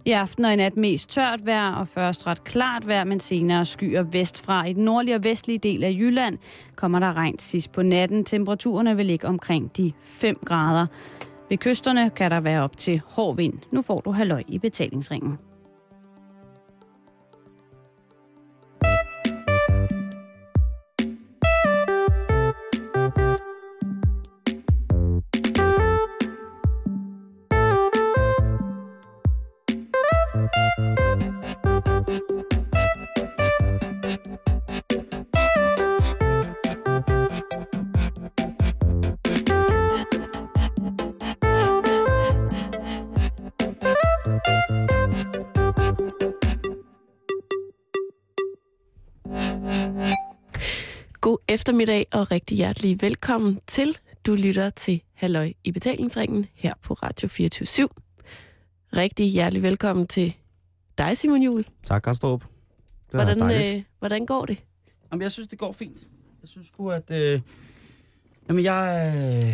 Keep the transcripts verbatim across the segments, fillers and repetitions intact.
I aften og i nat mest tørt vejr og først ret klart vejr, men senere skyer vestfra. I den nordlige og vestlige del af Jylland kommer der regn sidst på natten. Temperaturerne vil ligge omkring de fem grader. Ved kysterne kan der være op til hård vind. Nu får du halløj i betalingsringen. God eftermiddag og rigtig hjertelig velkommen til. Du lytter til Halløj i betalingsringen her på Radio fireogtyve syv. Rigtig hjertelig velkommen til dig, Simon Juhl. Tak, Karstrup. Hvordan, øh, hvordan går det? Jamen, jeg synes, det går fint. Jeg synes sgu, at... Øh, jamen, jeg... Øh,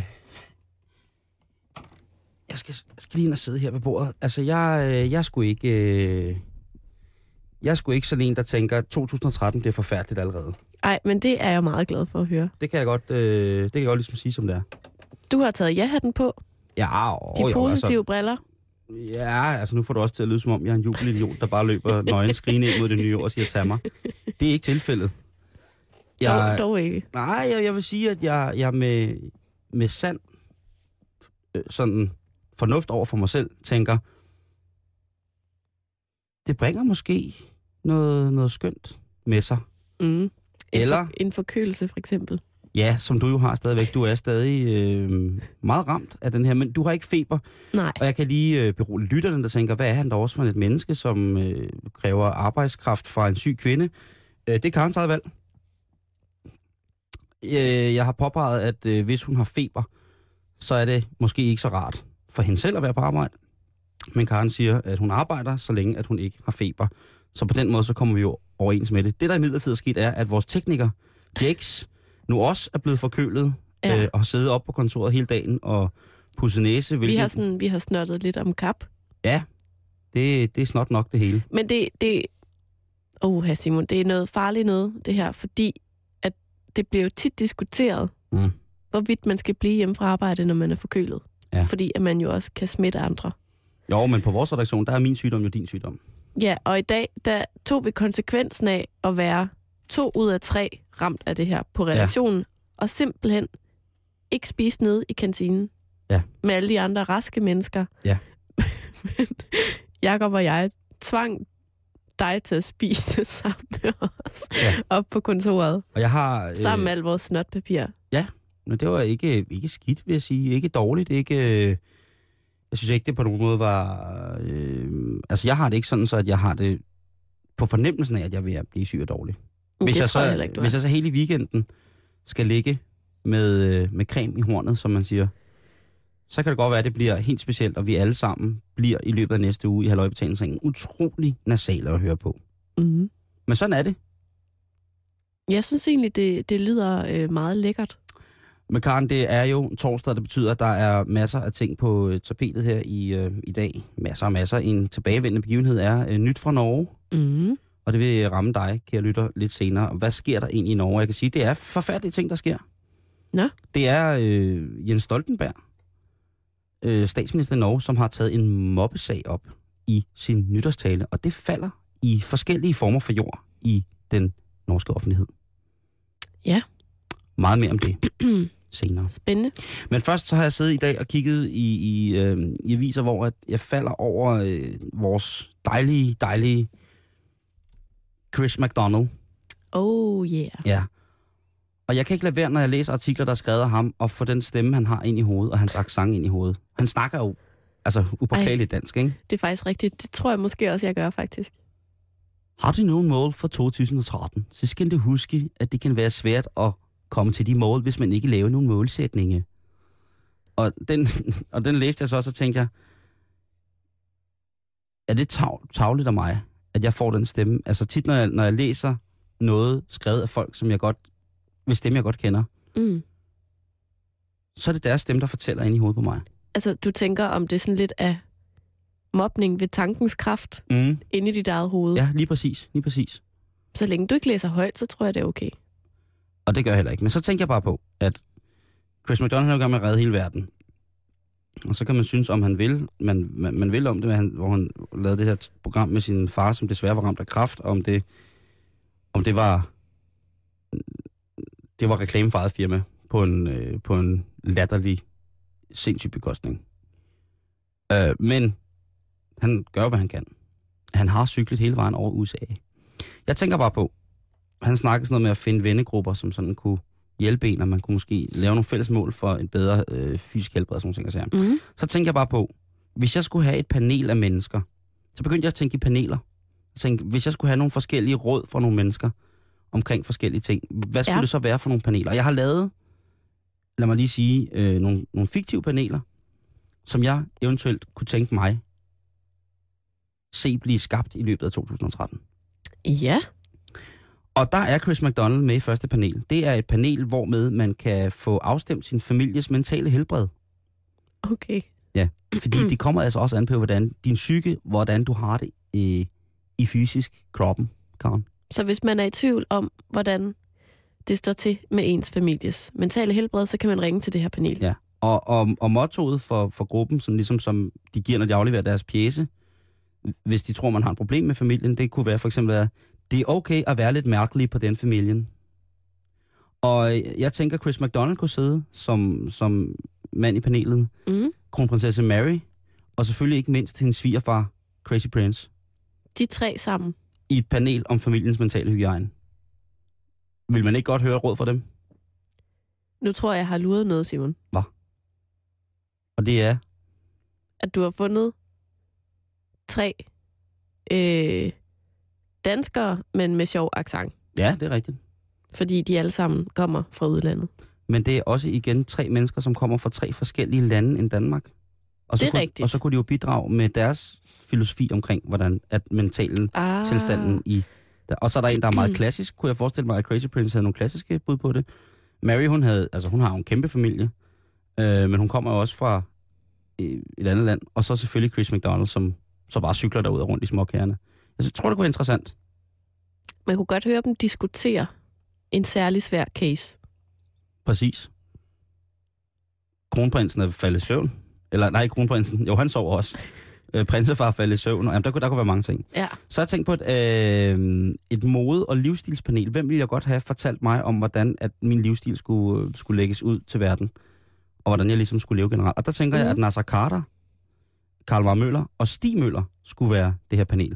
jeg, skal, jeg skal lige ind og sidde her ved bordet. Altså, jeg, øh, jeg skulle ikke... Øh, jeg skulle ikke sådan en, der tænker, at to tusind og tretten bliver forfærdeligt allerede. Nej, men det er jeg meget glad for at høre. Det kan jeg godt, øh, det kan jeg godt ligesom sige, som det er. Du har taget ja-hatten på. Ja, De jo, positive altså, briller. Ja, altså nu får du også til at lyde, som om jeg er en jubelidiot, der bare løber nøgen skrigende ind mod det nye år og siger, tag mig. Det er ikke tilfældet. Jeg, dog, dog ikke. Nej, jeg, jeg vil sige, at jeg, jeg med, med sand øh, sådan fornuft over for mig selv tænker, det bringer måske noget, noget skønt med sig. Mm. Eller en, for, en forkølelse for eksempel. Ja, som du jo har stadigvæk. Du er stadig øh, meget ramt af den her, men du har ikke feber. Nej. Og jeg kan lige øh, berolige lytterne, der tænker, hvad er han da også for et menneske, som øh, kræver arbejdskraft fra en syg kvinde? Øh, det er Karens eget valg. Øh, jeg har påpeget, at øh, hvis hun har feber, så er det måske ikke så rart for hende selv at være på arbejde. Men Karen siger, at hun arbejder, så længe at hun ikke har feber. Så på den måde, så kommer vi jo overens med det. Det, der imidlertid er sket, er, at vores tekniker, Jakes, nu også er blevet forkølet, ja. øh, og har siddet op på kontoret hele dagen og pudset næse. Hvilket... Vi har sådan, vi har snottet lidt om kap. Ja, det, det er snot nok det hele. Men det, det, oh, Simon, det er noget farligt noget, det her, fordi at det bliver jo tit diskuteret, mm. hvorvidt man skal blive hjemme fra arbejde, når man er forkølet. Ja. Fordi at man jo også kan smitte andre. Jo, men på vores redaktion, der er min sygdom jo din sygdom. Ja, og i dag, der tog vi konsekvensen af at være to ud af tre ramt af det her på redaktionen, ja. Og simpelthen ikke spise nede i kantinen ja. Med alle de andre raske mennesker. Ja. Men Jakob og jeg tvang dig til at spise sammen med os ja. Op på kontoret. Og jeg har... Øh... Sammen med al vores snotpapir. Ja, men det var ikke, ikke skidt, vil jeg sige. Ikke dårligt, ikke... Øh... Jeg synes ikke, det på nogen måde var... Øh... Altså, jeg har det ikke sådan, så at jeg har det på fornemmelsen af, at jeg vil blive syg og dårlig. Hvis jeg, så, jeg ikke, hvis jeg så hele weekenden skal ligge med, med creme i hornet, som man siger, så kan det godt være, at det bliver helt specielt, og vi alle sammen bliver i løbet af næste uge i halvøjebetalingsringen utrolig nasale at høre på. Mm-hmm. Men sådan er det. Jeg synes egentlig, det, det lyder øh, meget lækkert. Men Karen, det er jo torsdag, det betyder, at der er masser af ting på tapetet her i, øh, i dag. Masser og masser. En tilbagevendende begivenhed er øh, nyt fra Norge. Mm-hmm. Og det vil ramme dig, kære lytter, lidt senere. Hvad sker der egentlig i Norge? Jeg kan sige, det er forfærdelige ting, der sker. Nå? Det er øh, Jens Stoltenberg, øh, statsminister i Norge, som har taget en mobbesag op i sin nytårstale. Og det falder i forskellige former for jord i den norske offentlighed. Ja. Meget mere om det senere. Spændende. Men først så har jeg siddet i dag og kigget i, i, øh, i aviser, hvor at jeg falder over øh, vores dejlige, dejlige Chris McDonald. Oh yeah. Ja. Og jeg kan ikke lade være, når jeg læser artikler, der er skrevet af ham, og få den stemme, han har ind i hovedet, og hans accent ind i hovedet. Han snakker jo altså upåklageligt dansk, ikke? Det er faktisk rigtigt. Det tror jeg måske også, jeg gør, faktisk. Har du nogen mål for to tusind og tretten, så skal du huske, at det kan være svært at komme til de mål, hvis man ikke laver nogen målsætninger. Og den, og den læste jeg så også, og tænkte jeg, er det tav, tavligt af mig, at jeg får den stemme? Altså tit, når jeg, når jeg læser noget skrevet af folk, som jeg godt, hvis stemme jeg godt kender, mm. så er det deres stemme, der fortæller ind i hovedet på mig. Altså, du tænker, om det sådan lidt af mobning ved tankens kraft Mm. inde i dit eget hoved. Ja, lige præcis. Lige præcis. Så længe du ikke læser højt, så tror jeg, det er okay. Og det gør jeg heller ikke. Men så tænker jeg bare på, at Chris McDonald er jo i gang med at redde hele verden. Og så kan man synes, om han vil. Man, man, man vil om det, han, hvor han lavede det her program med sin far, som desværre var ramt af kræft. Om det, om det var det var reklame for eget firma på en, øh, på en latterlig sindssyg bekostning. Øh, men han gør, hvad han kan. Han har cyklet hele vejen over U S A. Jeg tænker bare på, han snakkede sådan noget med at finde vennegrupper, som sådan kunne hjælpe en, og man kunne måske lave nogle fælles mål for et bedre øh, fysisk helbred og sådan nogle ting. Mm. Så tænker jeg bare på, hvis jeg skulle have et panel af mennesker, så begyndte jeg at tænke i paneler. Jeg tænkte, hvis jeg skulle have nogle forskellige råd fra nogle mennesker omkring forskellige ting, hvad skulle ja. det så være for nogle paneler? Jeg har lavet, lad mig lige sige, øh, nogle, nogle fiktive paneler, som jeg eventuelt kunne tænke mig se blive skabt i løbet af to tusind og tretten. Ja. Og der er Chris McDonald med i første panel. Det er et panel, hvormed man kan få afstemt sin families mentale helbred. Okay. Ja, fordi det kommer altså også an på, hvordan din psyke, hvordan du har det i, i fysisk kroppen, Karen. Så hvis man er i tvivl om, hvordan det står til med ens families mentale helbred, så kan man ringe til det her panel. Ja, og, og, og mottoet for, for gruppen, som, ligesom, som de giver, når de afleverer deres pjece, hvis de tror, man har et problem med familien, det kunne være for eksempel, at det er okay at være lidt mærkelig på den familien. Og jeg tænker, Chris McDonald kunne sidde som, som mand i panelet, Mm. kronprinsesse Mary, og selvfølgelig ikke mindst hendes svigerfar, Crazy Prince, De tre sammen. i et panel om familiens mentale hygiejne. Vil man ikke godt høre et råd fra dem? Nu tror jeg, jeg har luret noget, Simon. Og det er... At du har fundet tre øh, danskere, men med sjov accent. Ja, det er rigtigt. Fordi de alle sammen kommer fra udlandet. Men det er også igen tre mennesker, som kommer fra tre forskellige lande end Danmark. Og så Det er kunne, rigtigt. Og så kunne de jo bidrage med deres filosofi omkring, hvordan at mentalen Ah. tilstanden i... Der. Og så er der en, der er meget klassisk. Kunne jeg forestille mig, at Crazy Prince havde nogle klassiske bud på det. Mary, hun, havde, altså, hun har jo en kæmpe familie, øh, men hun kommer jo også fra øh, et andet land. Og så selvfølgelig Chris McDonald, som så bare cykler derud og rundt i småkærne. Altså, jeg tror, det kunne være interessant. Man kunne godt høre dem diskutere en særlig svær case. Præcis. Kronprinsen er faldet i søvn. Eller nej, kronprinsen. Jo, han sover også. Øh, prinsefar er faldet i søvn. Jamen, der, kunne, der kunne være mange ting. Ja. Så har jeg tænkt på et, øh, et mode- og livsstilspanel. Hvem ville jeg godt have fortalt mig om, hvordan at min livsstil skulle, skulle lægges ud til verden? Og hvordan jeg ligesom skulle leve generelt. Og der tænker mm. jeg, at Nasser Carter, Carl Mar Møller og Stig Møller skulle være det her panel.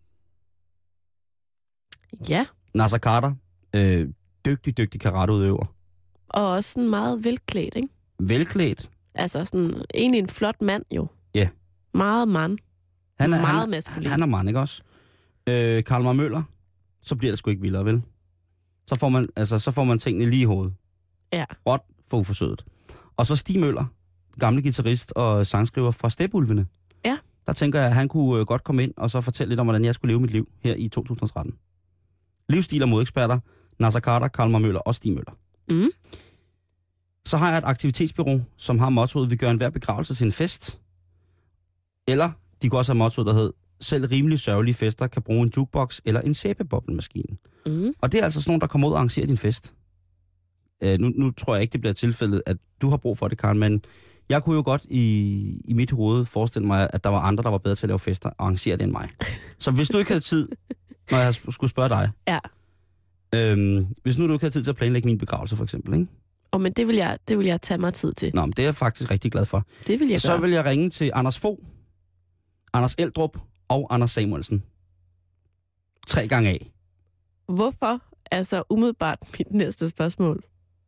Ja. Nasser Carter, øh, dygtig, dygtig karateudøver. Og også sådan meget velklædt, ikke? Velklædt. Altså sådan egentlig en flot mand jo. Ja. Meget mand. Han er, Meget han, maskulin. Han er mand, ikke også? Øh, Carl Mar Møller, så bliver det sgu ikke vildere, vel? Så får man, altså, så får man tingene lige i hovedet. Ja. Råt for uforsøget. Og så Stig Møller, gamle guitarist og sangskriver fra Stepulvene. Ja. Der tænker jeg, at han kunne øh, godt komme ind og så fortælle lidt om, hvordan jeg skulle leve mit liv her i to tusind og tretten. Livsstil og modeksperter, Nasser Carter, Carl Mar Møller og Stig Møller. Mm. Så har jeg et aktivitetsbureau, som har mottoet, vi gør enhver begravelse til en fest. Eller de kunne også have mottoet, der hed, selv rimelig sørgelige fester kan bruge en jukebox eller en sæbeboblemaskine. Mm. Og det er altså sådan nogen, der kommer ud og arrangerer din fest. Uh, nu, nu tror jeg ikke, det bliver tilfældet, at du har brug for det, Karen, men jeg kunne jo godt i, i mit hoved forestille mig, at der var andre, der var bedre til at lave fester og arrangere det end mig. Så hvis du ikke havde tid, når jeg skulle spørge dig, Ja. øhm, hvis nu du ikke havde tid til at planlægge min begravelse, for eksempel, ikke? Og men det vil jeg, det vil jeg tage mig tid til. Nå, men det er jeg faktisk rigtig glad for. Det vil jeg Så gøre. vil jeg ringe til Anders Fogh, Anders Eldrup og Anders Samuelsen. Tre gange af. Hvorfor? Altså umiddelbart mit næste spørgsmål.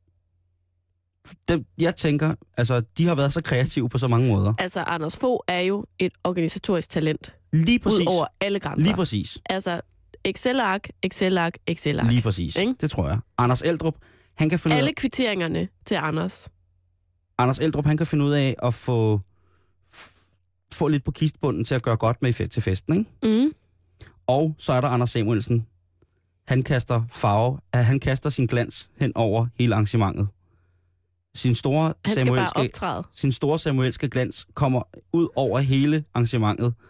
Dem, jeg tænker, altså, de har været så kreative på så mange måder. Altså Anders Fogh er jo et organisatorisk talent. Lige præcis. Ud over alle grænser. Lige præcis. Altså Excel-ark, Excel-ark, Excel-ark. Lige præcis. Ikke? Det tror jeg. Anders Eldrup, han kan finde ud Alle af, kvitteringerne til Anders. Anders Eldrup, han kan finde ud af at få, f- få lidt på kistbunden til at gøre godt med til festen, ikke? Mm. Og så er der Anders Samuelsen. Han kaster farve, han kaster sin glans hen over hele arrangementet. Sin store, Han skal bare samuelske, optræde. sin store samuelske glans kommer ud over hele arrangementet.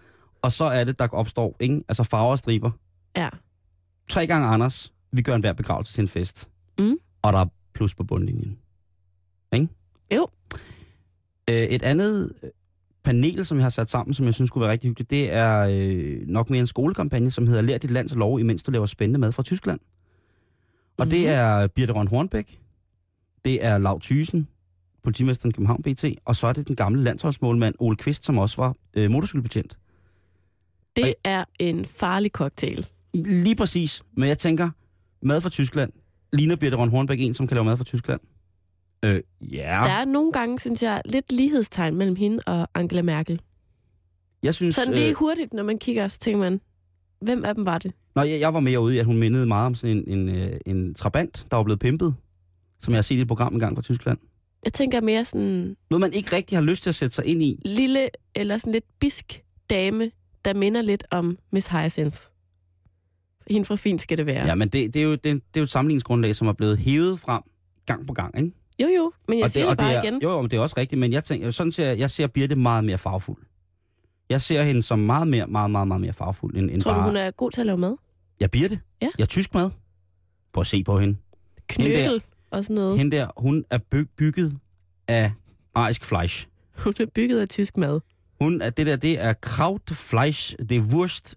og så er det, der opstår, ikke? Altså farver og striber. Ja. Tre gange Anders, vi gør en hver begravelse til en fest. Mm. Og der er plus på bundlinjen. Ikke? Jo. Øh, et andet panel, som jeg har sat sammen, som jeg synes kunne være rigtig hyggeligt, det er øh, nok mere en skolekampagne, som hedder Lær dit lands lov, imens du laver spændende mad fra Tyskland. Og mm. det er Birthe Rønn Hornbæk, det er Lau Thyssen, politimesteren i København B T, og så er det den gamle landsholdsmålmand Ole Kvist, som også var øh, motorcykelbetjent. Det jeg, er en farlig cocktail. Lige præcis, men jeg tænker, mad fra Tyskland, ligner Birthe Rønn Hornbæk en, som kan lave mad fra Tyskland? Øh, ja. Der er nogle gange, synes jeg, lidt lighedstegn mellem hende og Angela Merkel. Jeg synes, sådan lige øh, hurtigt, når man kigger, så tænker man, hvem af dem var det? Nå, jeg, jeg var mere ude i, at hun mindede meget om sådan en, en, en, en trabant, der var blevet pimpet, som jeg har set i et program engang fra Tyskland. Jeg tænker mere sådan... Noget, man ikke rigtig har lyst til at sætte sig ind i. Lille, eller sådan lidt bisk dame, der minder lidt om Miss Hyacinth. Hende fra Fint skal det være. Ja, men det, det, er jo, det, det er jo et sammenligningsgrundlag, som er blevet hævet frem gang på gang, ikke? Jo, jo, men jeg og siger det, det bare det er, igen. Jo, jo, men det er også rigtigt, men jeg tænker, sådan ser, jeg ser Birthe meget mere farvefuld. Jeg ser hende som meget mere, meget, meget, meget mere farvefuld end, end Tror bare... du, hun er god til at lave mad? Jeg Birthe? Ja. Jeg er tysk mad. Prøv at se på hende. Knødel hende der, og sådan noget. Hende der, hun er byg, bygget af arisk fleisch. Hun er bygget af tysk mad. Hun er, det der, det er Krautfleisch, det er wurst.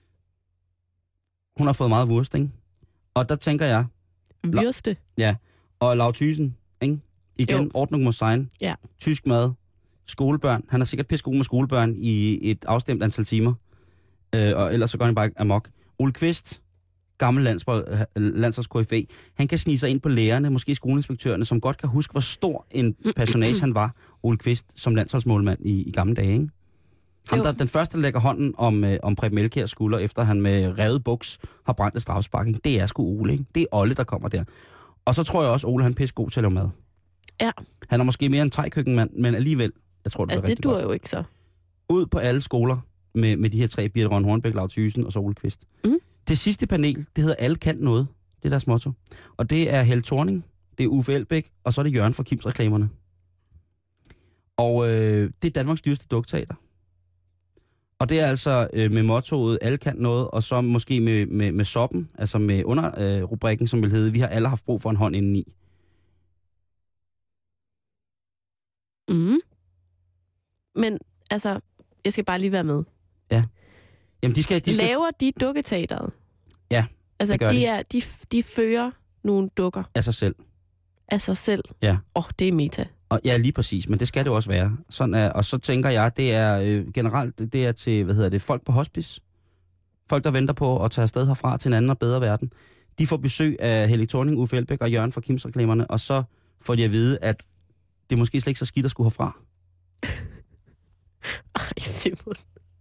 Hun har fået meget wurst, ikke? Og der tænker jeg... Würste. Ja, og Lau Thyssen, ikke? Igen, Jo. Ordnung muss sein. Ja. Tysk mad. Skolebørn. Han er sikkert pissegod med skolebørn i et afstemt antal timer. Øh, og ellers så går han bare amok. Ole Kvist, gammel landsholds-K F A, han kan snige sig ind på lærerne, måske skoleinspektørerne, som godt kan huske, hvor stor en personage han var, Ole Kvist, som landsholdsmålmand i, i gamle dage, ikke? Ham, der, den første, der lægger hånden om, øh, om Preben Elkjærs skulder, efter han med revet buks har brændt et strafspark, ikke? Det er sgu Ole, ikke? Det er Olle, der kommer der. Og så tror jeg også, Ole han er pisse god til at lave mad. Ja. Han er måske mere en thai-køkkenmand, men alligevel, jeg tror, det altså, er rigtig det dur godt. jo ikke så. Ud på alle skoler med, med de her tre, Birthe Rønn Hornbæk, Lau Thyssen og så Ole Kvist. Mm. Det sidste panel, det hedder Alle kan noget. Det er deres motto. Og det er Helle Thorning, det er Uffe Elbæk, og så er det Jørgen fra Kims Reklamerne. Og øh, det er Danmarks dyreste dukteater. Og det er altså øh, med mottoet Alle kan noget, og så måske med, med, med soppen, altså med underrubrikken, øh, som vil hedde, vi har alle haft brug for en hånd indeni. Mm. Men altså, jeg skal bare lige være med. Ja. Jamen, de skal... De skal... Laver de dukketeateret? Ja, altså, det gør de. de. Er, de, de fører nogle dukker Af sig selv. af sig selv. Ja. Åh, oh, det er meta. Og, ja, lige præcis, men det skal det også være. Sådan er, og så tænker jeg, det er øh, generelt, det er til, hvad hedder det, folk på hospice. Folk, der venter på at tage afsted herfra til en anden og bedre verden. De får besøg af Helle Thorning, Uffe Elbæk og Jørgen fra Kims Reklamerne, og så får de at vide, at det er måske slet ikke så skidt at skulle herfra. Ej, Simon.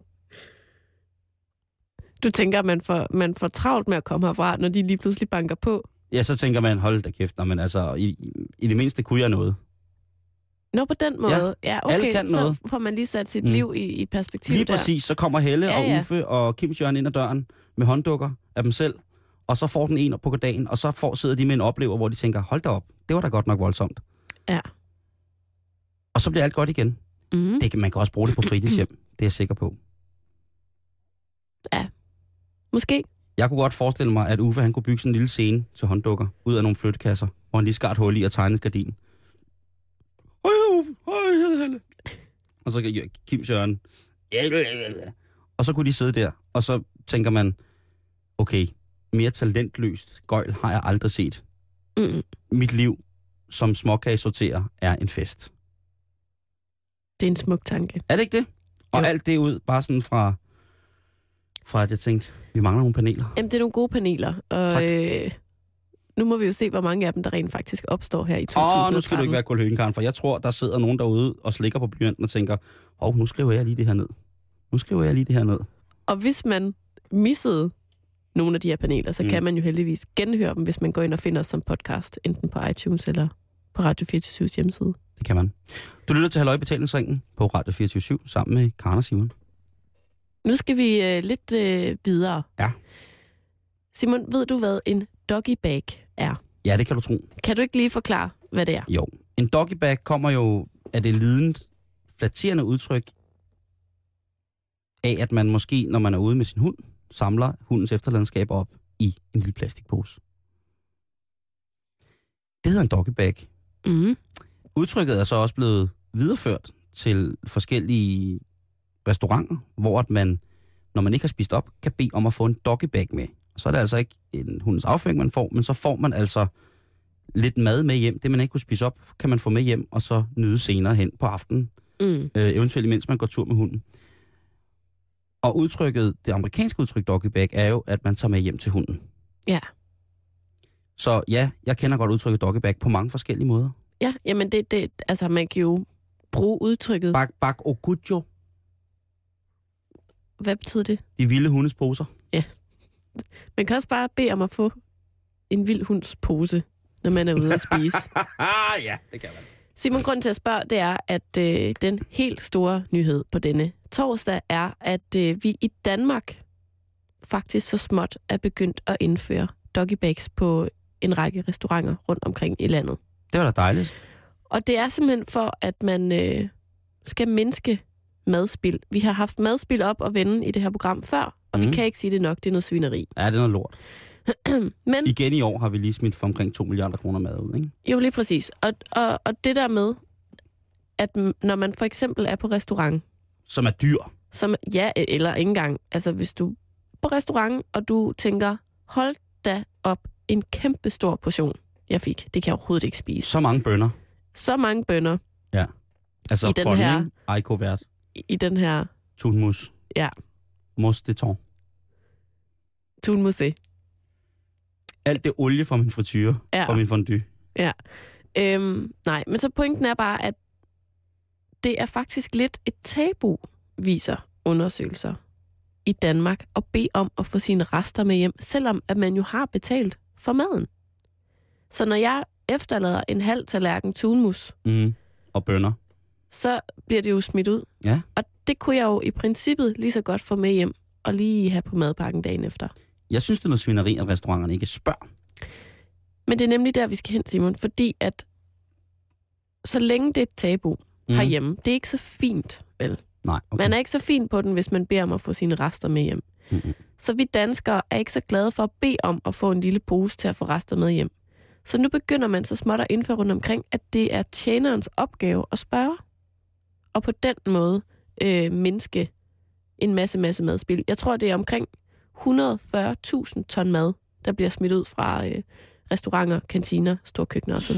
Du tænker, at man får, man får travlt med at komme herfra, når de lige pludselig banker på? Ja, så tænker man, hold da kæft, nå, men altså, i, i, i det mindste kunne jeg noget. Nå, på den måde. Ja, ja okay, alle kan så noget. får man lige sat sit Mm. liv i, i perspektiv Lige der. præcis, så kommer Helle Ja, og ja. Uffe og Kims Jørgen ind ad døren med hånddukker af dem selv, og så får den en på dagen, og så får, sidder de med en oplever, hvor de tænker, hold da op, det var da godt nok voldsomt. Ja. Og så bliver alt godt igen. Mm. Det kan, man kan også bruge det på fritidshjem, det er jeg sikker på. Ja, måske. Jeg kunne godt forestille mig, at Uffe han kunne bygge sådan en lille scene til hånddukker, ud af nogle flyttekasser, hvor han lige skar et hul i og tegnede et gardin. Hej Uffe, hej Helle. Og så kan Kim Søren. Og så kunne de sidde der, og så tænker man, okay, mere talentløst gøjl har jeg aldrig set. Mm. Mit liv som småkagesorterer er en fest. Det er en smuk tanke. Er det ikke det? Og Jo. alt det ud, bare sådan fra, fra at jeg tænkte, vi mangler nogle paneler. Jamen, det er nogle gode paneler, og Tak. øh, nu må vi jo se, hvor mange af dem, der rent faktisk opstår her i to tusind og tretten. Åh, nu skal du ikke være kulhønkaren, for jeg tror, der sidder nogen derude og slikker på blyanten og tænker, åh, nu skriver jeg lige det her ned. Nu skriver jeg lige det her ned. Og hvis man missede nogle af de her paneler, så mm. kan man jo heldigvis genhøre dem, hvis man går ind og finder os som podcast, enten på iTunes eller på Radio fireogtyve syv's hjemmeside. Det kan man. Du lytter til Halløj i Betalingsringen på Radio fireogtyve syv sammen med Karen og Simon. Nu skal vi øh, lidt øh, videre. Ja. Simon, ved du, hvad en doggy bag er? Ja, det kan du tro. Kan du ikke lige forklare, hvad det er? Jo. En doggy bag kommer jo af det lidende, flatterende udtryk af, at man måske, når man er ude med sin hund, samler hundens efterladenskab op i en lille plastikpose. Det hedder en doggybag. Mm. Udtrykket er så også blevet videreført til forskellige restauranter, hvor at man, når man ikke har spist op, kan bede om at få en doggybag med. Så er det altså ikke en hundens afføring, man får, men så får man altså lidt mad med hjem. Det, man ikke kunne spise op, kan man få med hjem, og så nyde senere hen på aftenen. Mm. Øh, eventuelt mens man går tur med hunden. Og udtrykket, det amerikanske udtryk doggybag, er jo, at man tager med hjem til hunden. Ja. Så ja, jeg kender godt udtrykket doggybag på mange forskellige måder. Ja, jamen det, det, altså man kan jo bruge udtrykket. Bak, bak og gujo. Hvad betyder det? De vilde hundes poser. Ja. Man kan også bare bede om at få en vild hunds pose, når man er ude at spise. Ja, det kan man. Simon, grunden til at spørge, det er, at øh, den helt store nyhed på denne torsdag er, at øh, vi i Danmark faktisk så småt er begyndt at indføre doggybags på en række restauranter rundt omkring i landet. Det var da dejligt. Og det er simpelthen for, at man øh, skal mindske madspild. Vi har haft madspild op og vende i det her program før, og mm. vi kan ikke sige det nok. Det er noget svineri. Ja, det er noget lort. Men, igen i år har vi lige smidt for omkring to milliarder kroner mad ud, ikke? Jo, lige præcis. Og, og, og det der med, at når man for eksempel er på restaurant... Som er dyr. Som, ja, eller ikke engang. Altså, hvis du er på restaurant, og du tænker, hold da op, en kæmpe stor portion, jeg fik. Det kan jeg overhovedet ikke spise. Så mange bønner. Så mange bønner. Ja. Altså, i den her, Eiko-vært. I den her... Tunmus. Ja. Mousse de thon. Tunmusé. Alt det olie fra min frityre, ja. Fra min fondue. Ja. Øhm, nej, men så pointen er bare, at det er faktisk lidt et tabu, viser undersøgelser i Danmark, at bede om at få sine rester med hjem, selvom at man jo har betalt for maden. Så når jeg efterlader en halv tallerken tunmus, mm. og bønner, så bliver det jo smidt ud. Ja. Og det kunne jeg jo i princippet lige så godt få med hjem, og lige have på madpakken dagen efter. Jeg synes, det er noget svineri, at restauranterne ikke spørger. Men det er nemlig der, vi skal hen, Simon, fordi at så længe det er et tabu mm. herhjemme, det er ikke så fint, vel? Nej, okay. Man er ikke så fin på den, hvis man beder om at få sine rester med hjem. Mm-hmm. Så vi danskere er ikke så glade for at bede om at få en lille pose til at få rester med hjem. Så nu begynder man så småt at indføre rundt omkring, at det er tjenerens opgave at spørge. Og på den måde øh, mindske en masse, masse madspild. Jeg tror, det er omkring et hundrede og fyrre tusind ton mad, der bliver smidt ud fra øh, restauranter, kantiner, storkøkkener osv.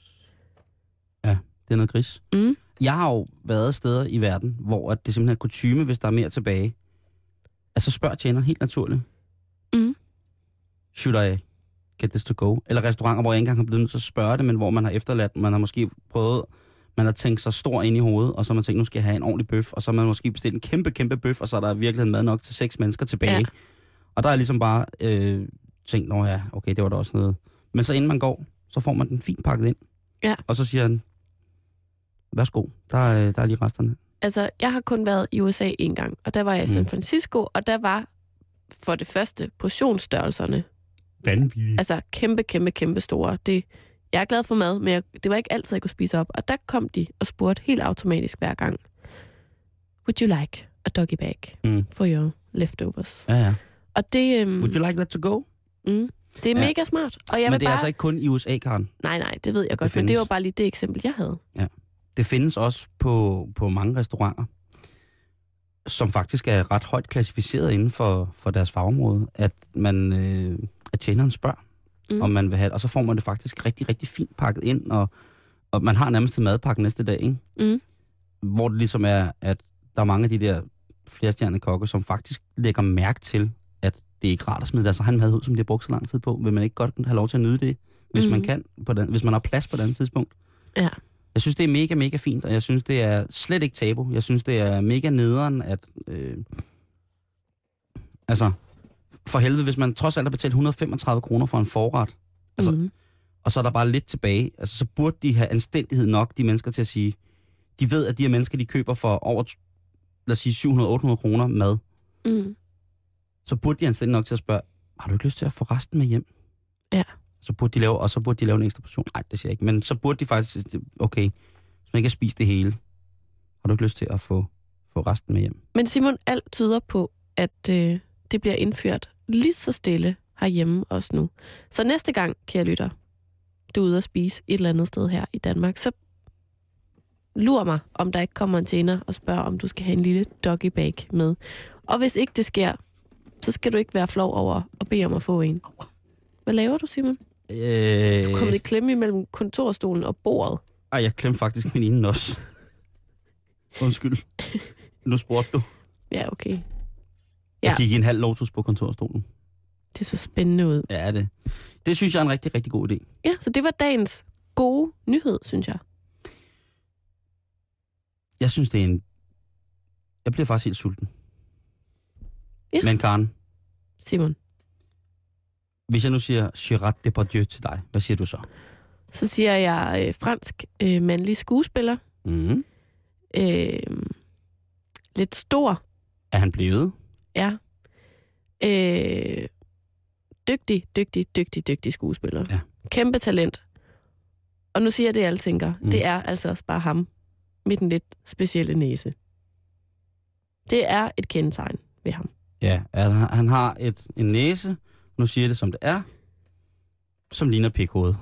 Ja, det er noget gris. Mm. Jeg har jo været steder i verden, hvor det simpelthen er kutyme, hvis der er mere tilbage. Altså spørg tjeneren helt naturligt. Mm. Should I get this to go? Eller restauranter, hvor jeg ikke engang har blevet nødt til at spørge det, men hvor man har efterladt, man har måske prøvet, man har tænkt sig stor ind i hovedet, og så har man tænkt, nu skal jeg have en ordentlig bøf, og så har man måske bestilt en kæmpe, kæmpe bøf, og så er der virkelig mad nok til seks mennesker tilbage. Ja. Og der er ligesom bare øh, tænkt, nå ja, okay, det var da også noget. Men så inden man går, så får man den fint pakket ind. Ja. Og så siger han, værsgo, der er, der er lige resterne. Altså, jeg har kun været i U S A en gang, og der var jeg i San Francisco, og der var for det første portionsstørrelserne. Vanvittigt. Altså, kæmpe, kæmpe, kæmpe store. Det, jeg er glad for mad, men jeg, det var ikke altid, jeg kunne spise op. Og der kom de og spurgte helt automatisk hver gang, would you like a doggy bag mm. for your leftovers? Ja, ja. Og det... Um, would you like that to go? Mm, det er ja. mega smart. Og jeg men vil det er bare... altså ikke kun i U S A, Karen. Nej, nej, det ved jeg godt, det men det var bare lige det eksempel, jeg havde. Ja. Det findes også på, på mange restauranter, som faktisk er ret højt klassificeret inden for, for deres fagområde, at man øh, at tjeneren spørger, mm. om man vil have det. Og så får man det faktisk rigtig, rigtig fint pakket ind, og, og man har nærmest en madpakke næste dag, ikke? Mm. Hvor det ligesom er, at der er mange af de der flerstjernede kokke, som faktisk lægger mærke til, at det er ikke rart at smide deres egen mad ud, som de har brugt så lang tid på. Vil man ikke godt have lov til at nyde det, hvis mm. man kan, på den, hvis man har plads på et andet tidspunkt? Ja. Jeg synes, det er mega, mega fint, og jeg synes, det er slet ikke tabu. Jeg synes, det er mega nederen, at... Øh, altså, for helvede, hvis man trods alt har betalt et hundrede og femogtredive kroner for en forret, altså, mm. og så er der bare lidt tilbage, altså, så burde de have anstændighed nok, de mennesker, til at sige... De ved, at de her mennesker, de køber for over, lad os sige, syv hundrede til otte hundrede kroner mad. Mm. Så burde de anstændigt nok til at spørge, har du ikke lyst til at få resten med hjem? Ja. Så burde de lave, og så burde de lave en ekstra portion. Nej, det siger jeg ikke. Men så burde de faktisk, okay, hvis man ikke har spist det hele, har du ikke lyst til at få, få resten med hjem. Men Simon, alt tyder på, at øh, det bliver indført lige så stille herhjemme også nu. Så næste gang, kære lytter, du er ude at spise et eller andet sted her i Danmark, så lur mig, om der ikke kommer en tjener og spørger, om du skal have en lille doggy bag med. Og hvis ikke det sker, så skal du ikke være flov over at bede om at få en. Hvad laver du, Simon? Øh... Du er kommet i klemme imellem kontorstolen og bordet. Ej, jeg klemte faktisk min inden også. Undskyld. Nu spurgte du. Ja, okay. Ja. Jeg gik i en halv lotus på kontorstolen. Det så spændende ud. Ja, det. Det synes jeg er en rigtig, rigtig god idé. Ja, så det var dagens gode nyhed, synes jeg. Jeg synes, det er en... Jeg bliver faktisk helt sulten. Ja. Men Karen, Simon. hvis jeg nu siger Gérard Depardieu til dig, hvad siger du så? Så siger jeg øh, fransk øh, mandlig skuespiller. Mm. Øh, lidt stor. Er han blevet? Ja. Øh, dygtig, dygtig, dygtig, dygtig skuespiller. Ja. Kæmpe talent. Og nu siger jeg det, alle tænker. Mm. Det er altså også bare ham med den lidt specielle næse. Det er et kendetegn ved ham. Ja, altså, han har et, en næse, nu siger jeg det som det er, som ligner pikhoved.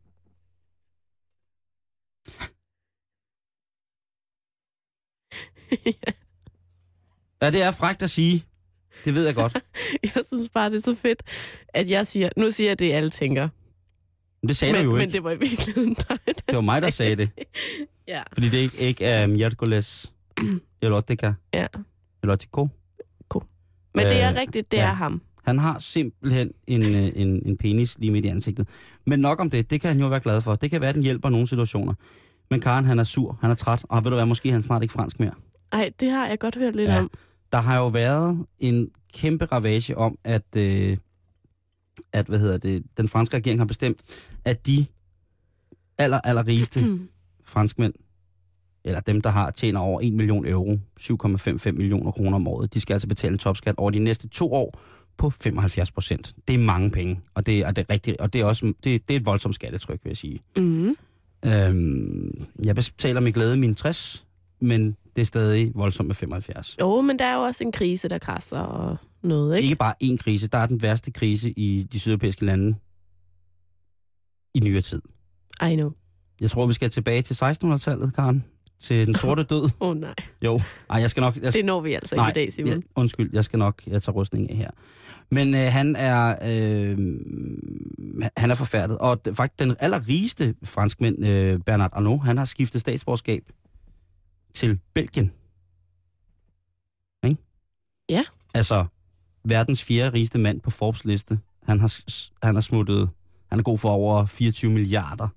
Ja. Ja, det er frækt at sige. Det ved jeg godt. Jeg synes bare, det er så fedt, at jeg siger, nu siger jeg det, alle tænker. Men det sagde men, du jo men ikke. det var i virkeligheden dig, der Det var mig, der sagde det. Ja. Fordi det ikke, ikke er Miercoles Erotica. Ja. Erotico. Men det er Øh, rigtigt, det ja. er ham. Han har simpelthen en, en, en penis lige midt i ansigtet. Men nok om det, det kan han jo være glad for. Det kan være, at den hjælper i nogle situationer. Men Karen, han er sur, han er træt, og ved du hvad, måske er han snart ikke fransk mere. Ej, det har jeg godt hørt lidt Ja. om. Der har jo været en kæmpe ravage om, at, øh, at hvad hedder det, den franske regering har bestemt, at de aller, aller rigeste Hmm. franskmænd, eller dem, der har tjener over en million euro, syv komma femoghalvfems millioner kroner om året, de skal altså betale en topskat over de næste to år på femoghalvfjerds procent. Det er mange penge, og det er, det er rigtigt, og det er også det, det er et voldsomt skattetryk, vil jeg sige. Mm. Øhm, jeg betaler med glæde mine tres, men det er stadig voldsomt med femoghalvfjerds. Jo, men der er jo også en krise, der krasser og noget, ikke? Ikke bare én krise, der er den værste krise i de sydeuropæiske lande i nyere tid. I know. Jeg tror, vi skal tilbage til sekstenhundredetallet, Karen. Til den sorte død. Åh oh, nej. Jo, ej, jeg skal nok... Jeg skal, Det når vi altså nej, ikke i dag, Simon. Ja, undskyld, jeg skal nok jeg tager rustningen af her. Men øh, han er øh, han er forfærdet. Og d- faktisk den allerrigeste franskmænd, øh, Bernard Arnault, han har skiftet statsborgerskab til Belgien. Ikke? Ja. Altså, verdens fjerde rigeste mand på Forbes liste. Han har, han har smuttet... Han er god for over fireogtyve milliarder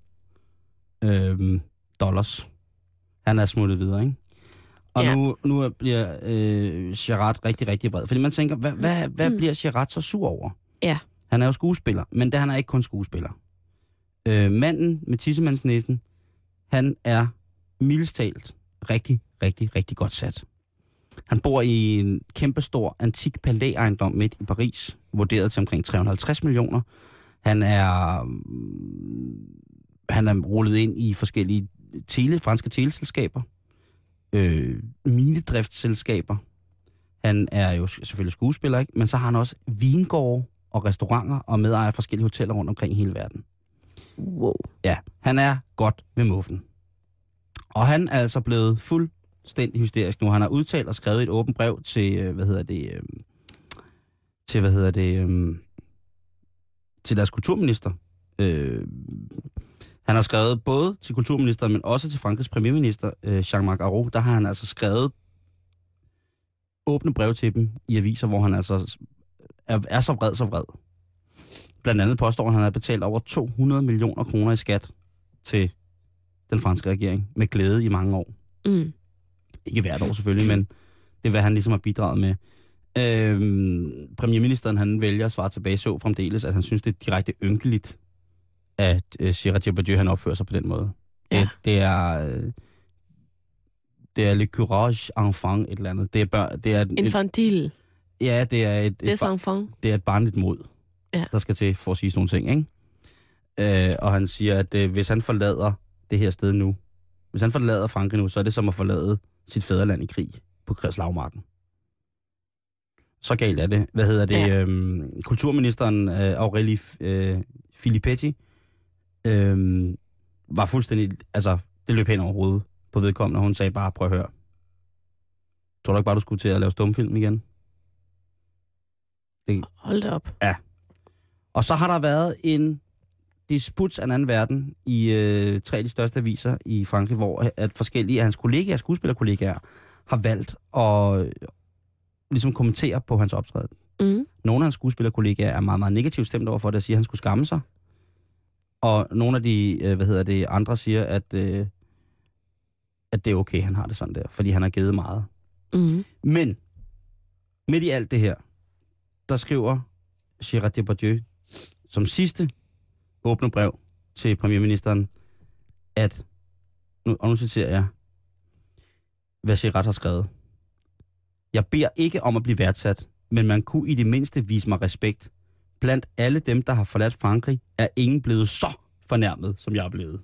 øh, dollars. Han er smuttet videre, ikke? Og ja. nu, nu bliver øh, Gérard rigtig, rigtig vred. Fordi man tænker, hvad, hvad, hvad Mm. bliver Gérard så sur over? Ja. Han er jo skuespiller, men det, han er ikke kun skuespiller. Øh, manden med tissemandsnæsen, han er mildest talt rigtig, rigtig, rigtig godt sat. Han bor i en kæmpestor antik palæ-ejendom midt i Paris, vurderet til omkring tre hundrede og halvtreds millioner. Han er, han er rullet ind i forskellige tele, franske teleselskaber, øh, minedriftsselskaber. Han er jo selvfølgelig skuespiller, ikke? Men så har han også vingårde og restauranter og medejer af forskellige hoteller rundt omkring i hele verden. Wow. Ja, han er godt ved muffen. Og han er altså blevet fuldstændig hysterisk nu. Han har udtalt og skrevet et åbent brev til, hvad hedder det, øh, til, hvad hedder det, øh, til deres kulturminister. Øh, han har skrevet både til kulturministeren, men også til Frankrigs premierminister, øh, Jean-Marc Ayrault. Der har han altså skrevet åbne brev til dem i aviser, hvor han altså er, er så vred, så vred. Blandt andet påstår han, at han har betalt over to hundrede millioner kroner i skat til den franske regering med glæde i mange år. Mm. Ikke hvert år selvfølgelig, men det er, hvad han ligesom har bidraget med. Øhm, premierministeren, han vælger at svare tilbage så fremdeles, at han synes, det er direkte ynkeligt, at øh, Gérard Depardieu, han opfører sig på den måde. Ja. Det, det er... Øh, det er le courage enfant, et eller andet. Det er, børn, det er et, Infantil. ja, det er et, Det et, er bar, enfant. det er et barnligt mod, Ja. der skal til for at sige sådan nogle ting, ikke? Øh, og han siger, at øh, hvis han forlader det her sted nu, hvis han forlader Frankrig nu, så er det som at forlade sit fædreland i krig på slagmarken. Så galt er det. Hvad hedder det? Ja. Øhm, kulturministeren øh, Aurelie øh, Filippetti øh, var fuldstændig... Altså, det løb hen over hovedet på vedkommende, og hun sagde bare, prøv at høre. Tror du ikke bare, du skulle til at lave stumfilm igen? Det... Hold da op. Ja. Og så har der været en disput af en anden verden i øh, tre af de største aviser i Frankrig, hvor at forskellige af hans kollegaer, skuespillerkollegaer, har valgt at øh, ligesom kommentere på hans optræden. Mm. Nogle af hans skuespillerkollegaer er meget, meget negativt stemt over for det, at sige, at han skulle skamme sig. Og nogle af de, øh, hvad hedder det, andre siger, at, øh, at det er okay, han har det sådan der, fordi han har givet meget. Mm. Men midt i alt det her, der skriver Gérard Depardieu som sidste åbne brev til premierministeren, at, nu, og nu citerer jeg, hvad Gérard har skrevet. Jeg beder ikke om at blive værdsat, men man kunne i det mindste vise mig respekt. Blandt alle dem, der har forladt Frankrig, er ingen blevet så fornærmet, som jeg er blevet.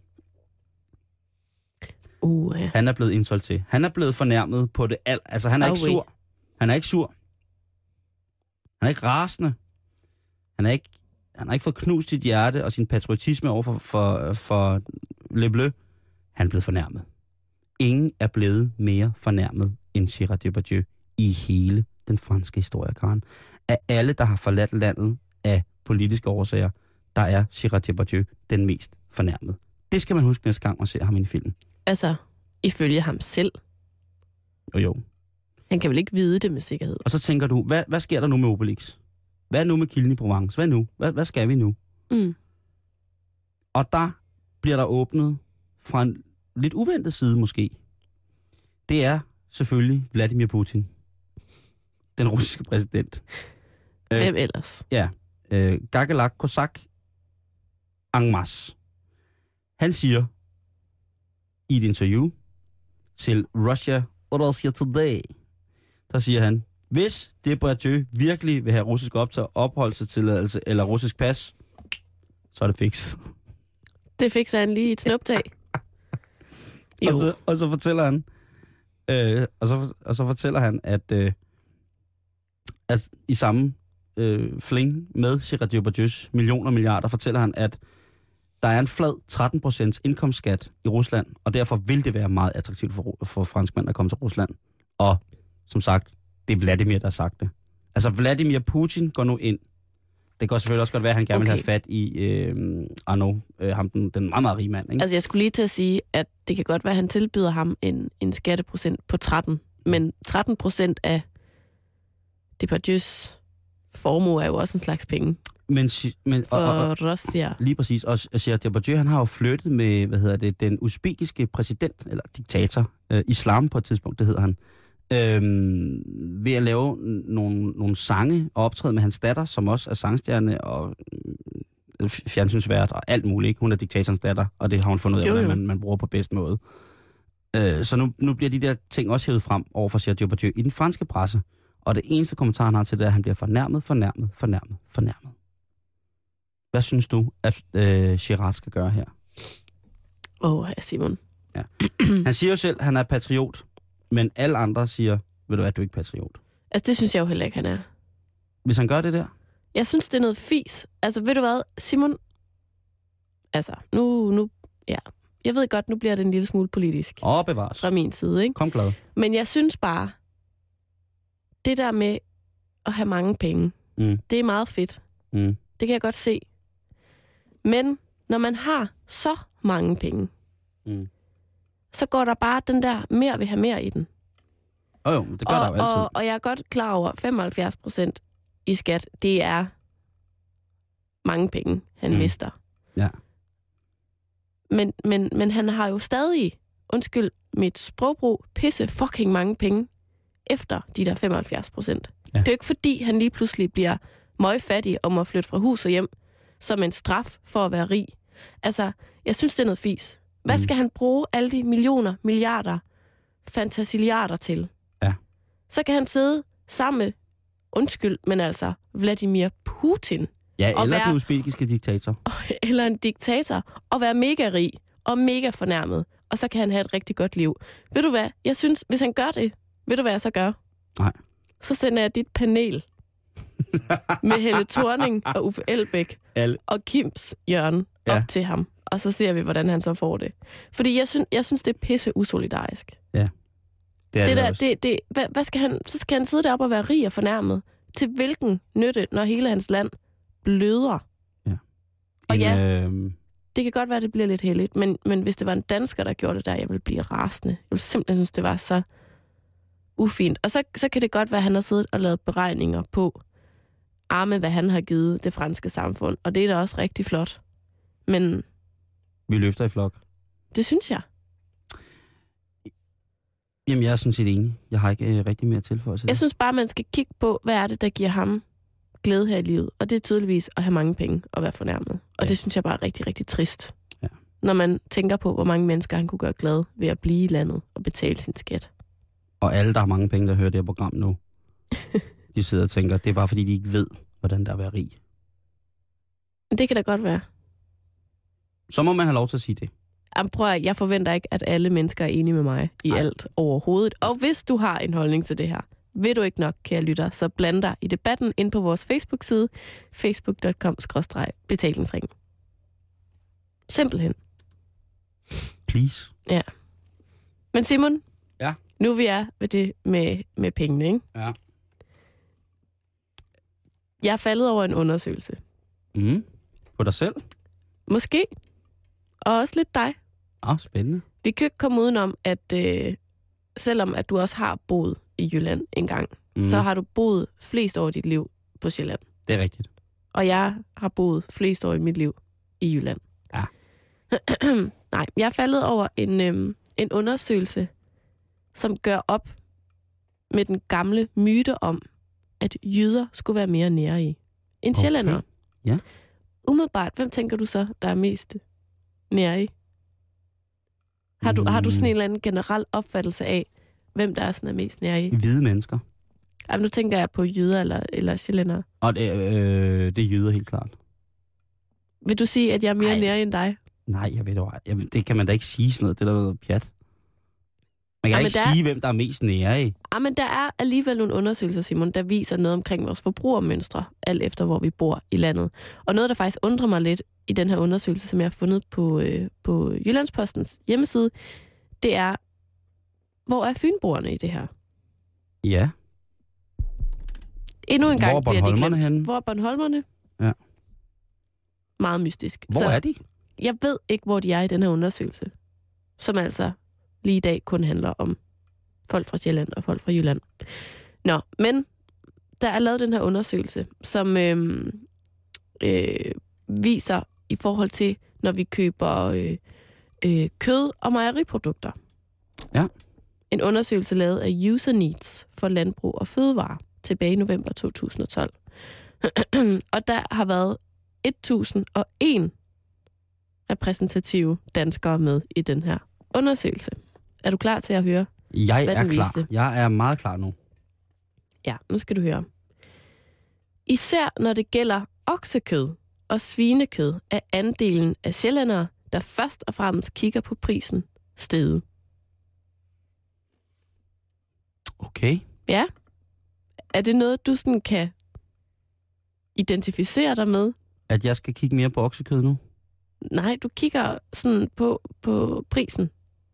Uh, ja. Han er blevet indsolgt til. Han er blevet fornærmet på det alt. Altså, han er Oh, ikke sur. Han er ikke sur. Han er ikke rasende. Han er ikke, han har ikke fået knust sit hjerte og sin patriotisme over for, for, for Le Bleu. Han er blevet fornærmet. Ingen er blevet mere fornærmet end Gérard Depardieu i hele den franske historie, Karen. Af alle, der har forladt landet af politiske årsager, der er Gérard Depardieu den mest fornærmet. Det skal man huske næste gang, man ser ham i en film. Altså, ifølge ham selv. Jo, jo. Han kan vel ikke vide det med sikkerhed. Og så tænker du, hvad, hvad sker der nu med Obelix? Hvad er nu med kilden i Provence? Hvad nu? Hvad, hvad skal vi nu? Mm. Og der bliver der åbnet fra en lidt uventet side måske. Det er selvfølgelig Vladimir Putin. Den russiske præsident. Hvem øh, ellers? Ja. Øh, Gagalak Kosak en masse. Han siger i et interview til Russia, Russia Today, der siger han, hvis Depardieu virkelig vil have russisk opholdstilladelse eller russisk pas, så er det fikset. Det fikser han lige i et snuptag. og, så, og så fortæller han, øh, og, så, og så fortæller han, at, øh, at i samme øh, fling med Gérard Depardieu's millioner milliarder, fortæller han, at der er en flad tretten procent indkomstskat i Rusland, og derfor vil det være meget attraktivt for, for franskmænd at komme til Rusland. Og som sagt, det er Vladimir, der har sagt det. Altså Vladimir Putin går nu ind. Det kan selvfølgelig også godt være, at han gerne okay. vil have fat i øh, Arnaud, øh, ham den, den meget, meget rige mand. Ikke? Altså jeg skulle lige til at sige, at det kan godt være, at han tilbyder ham en, en skatteprocent på tretten. Men tretten procent af Depardieu's formue er jo også en slags penge. Men, men, og, og, og, Russia. Lige præcis. Og Gérard Depardieu, han har jo flyttet med, hvad hedder det, den usbekiske præsident, eller diktator, øh, Islam på et tidspunkt, det hedder han, øh, ved at lave nogle, nogle sange og optræde med hans datter, som også er sangstjerne og øh, fjernsynsvært og alt muligt. Ikke? Hun er diktatorens datter, og det har hun fundet ud af, hvordan man, man bruger på bedst måde. Øh, så nu, nu bliver de der ting også hævet frem over for Gérard Depardieu i den franske presse. Og det eneste kommentar, han har til det, er, at han bliver fornærmet, fornærmet, fornærmet, fornærmet. Hvad synes du, at øh, Gérard skal gøre her? Åh, oh, Simon. Ja. Han siger jo selv, at han er patriot, men alle andre siger, ved du hvad, du er ikke patriot. Altså, det synes jeg jo heller ikke, han er. Hvis han gør det der? Jeg synes, det er noget fis. Altså, ved du hvad, Simon? Altså, nu, nu, ja. Jeg ved godt, nu bliver det en lille smule politisk. Åh, bevares. Fra min side, ikke? Kom glad. Men jeg synes bare, det der med at have mange penge, mm. det er meget fedt. Mm. Det kan jeg godt se. Men når man har så mange penge, mm. så går der bare den der mere vil have mere i den. Oh, jo, det gør og, der jo altid. Og, og jeg er godt klar over, at femoghalvfjerds procent i skat, det er mange penge, han mm. mister. Ja. Men, men, men han har jo stadig, undskyld mit sprogbrug, pisse fucking mange penge efter de der femoghalvfjerds procent. Ja. Det er jo ikke fordi, han lige pludselig bliver møgfattig og må flytte fra hus og hjem som en straf for at være rig. Altså, jeg synes, det er noget fis. Hvad skal mm. han bruge alle de millioner, milliarder, fantasiliarder til? Ja. Så kan han sidde sammen med, undskyld, men altså Vladimir Putin. Ja, eller være, den usbekiske diktator. Eller en diktator. Og være mega rig og mega fornærmet. Og så kan han have et rigtig godt liv. Ved du hvad? Jeg synes, hvis han gør det, Ved du, hvad jeg så gør? Nej. Så sender jeg dit panel med Helle Thorning og Uffe Elbæk Al- og Kims Jørgen op Ja. til ham. Og så ser vi, hvordan han så får det. Fordi jeg synes, jeg synes det er pisse usolidarisk. Ja. Det er Det det, der, også. det, det, hvad, hvad skal han, så skal han sidde deroppe og være rig og fornærmet. Til hvilken nytte, når hele hans land bløder? Ja. Og En, ja, øh, det kan godt være, det bliver lidt heldigt, men, men hvis det var en dansker, der gjorde det der, jeg ville blive rasende. Jeg ville simpelthen synes, det var så ufint. Og så, så kan det godt være, at han har siddet og lavet beregninger på, arme, hvad han har givet det franske samfund. Og det er da også rigtig flot. Men vi løfter i flok. det synes jeg. Jamen, jeg er sådan set enig. Jeg har ikke øh, rigtig mere at tilføje til Jeg det. synes bare, man skal kigge på, hvad er det, der giver ham glæde her i livet. Og det er tydeligvis at have mange penge og være fornærmet. Og Ja. det synes jeg bare er rigtig, rigtig trist. Ja. Når man tænker på, hvor mange mennesker han kunne gøre glade ved at blive i landet og betale sin skat. Og alle, der har mange penge, der hører det her program nu, de sidder og tænker, det er bare fordi, de ikke ved, hvordan der er at være rig. Men det kan da godt være. Så må man have lov til at sige det. Jamen, prøv at, jeg forventer ikke, at alle mennesker er enige med mig i Ej. alt overhovedet. Og hvis du har en holdning til det her, vil du ikke nok, kære lytter, så bland dig i debatten ind på vores Facebook-side, facebook punktum com skråstreg betalingsringen. Simpelthen. Please. Ja. Men Simon, Ja? nu vi er ved det med, med pengene, ikke? Ja. Jeg er faldet over en undersøgelse. Mm. På dig selv? Måske. Og også lidt dig. Ah, oh, spændende. Vi kan ikke komme udenom, at øh, selvom at du også har boet i Jylland engang, mm. så har du boet flest år i dit liv på Sjælland. Det er rigtigt. Og jeg har boet flest år i mit liv i Jylland. Ja. Nej, jeg er faldet over en, øhm, en undersøgelse, som gør op med den gamle myte om, at jyder skulle være mere nære i end Okay. sjællændere. Ja. Umiddelbart, hvem tænker du så, der er mest nære i? Har du, mm. har du sådan en eller anden generel opfattelse af, hvem der er sådan er mest nære i? Hvide mennesker. Jamen, nu tænker jeg på jyder eller, eller sjællændere. Og det, øh, det er jyder helt klart. Vil du sige, at jeg er mere Ej. nære end dig? Nej, jeg ved det jo. Jeg, det kan man da ikke sige sådan noget. Det er da noget pjat. Man kan Jamen, ikke der... sige, hvem der er mest nære i. Ja, men der er alligevel nogle undersøgelser, Simon, der viser noget omkring vores forbrugermønstre, alt efter hvor vi bor i landet. Og noget, der faktisk undrer mig lidt i den her undersøgelse, som jeg har fundet på, øh, på Jyllandspostens hjemmeside, det er, hvor er fynboerne i det her? Ja. Endnu en gang Hvor er bliver de bornholmerne glemt. henne? Hvor er Bornholmerne? Ja. Meget mystisk. Hvor Så er de? jeg ved ikke, hvor de er i den her undersøgelse, som altså lige i dag kun handler om folk fra Sjælland og folk fra Jylland. Nå, men der er lavet den her undersøgelse, som øh, øh, viser i forhold til, når vi køber øh, øh, kød og mejeriprodukter. Ja. En undersøgelse lavet af User Needs for Landbrug og Fødevare tilbage i november to tusind og tolv. Og der har været et tusind og en repræsentative danskere med i den her undersøgelse. Er du klar til at høre? Jeg Hvad er den klar. viste? Jeg er meget klar nu. Ja, nu skal du høre. Især når det gælder oksekød og svinekød, er andelen af sjællændere, der først og fremmest kigger på prisen, steget. Okay. Ja. Er det noget, du sådan kan identificere dig med? At jeg skal kigge mere på oksekød nu? Nej, du kigger sådan på, på prisen.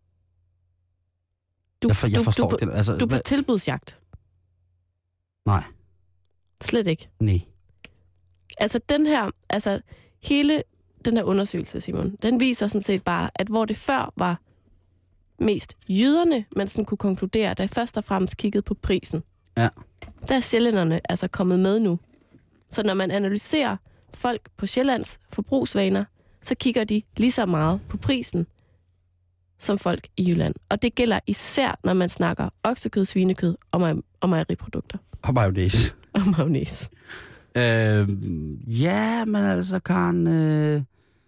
Du, Jeg, for, jeg du, forstår du, det. Altså, Du er på hvad? tilbudsjagt. Nej. Slet ikke. Nej. Altså den her, altså hele den her undersøgelse, Simon, den viser sådan set bare, at hvor det før var mest jyderne, man sådan kunne konkludere, da først og fremmest kiggede på prisen. Ja. Der er sjællænderne altså kommet med nu. Så når man analyserer folk på Sjællands forbrugsvaner, så kigger de lige så meget på prisen som folk i Jylland. Og det gælder især, når man snakker oksekød, svinekød og, mej- og mejeriprodukter. Og mayonnaise. Og mayonnaise. Øh, ja, men altså, Karen... Øh,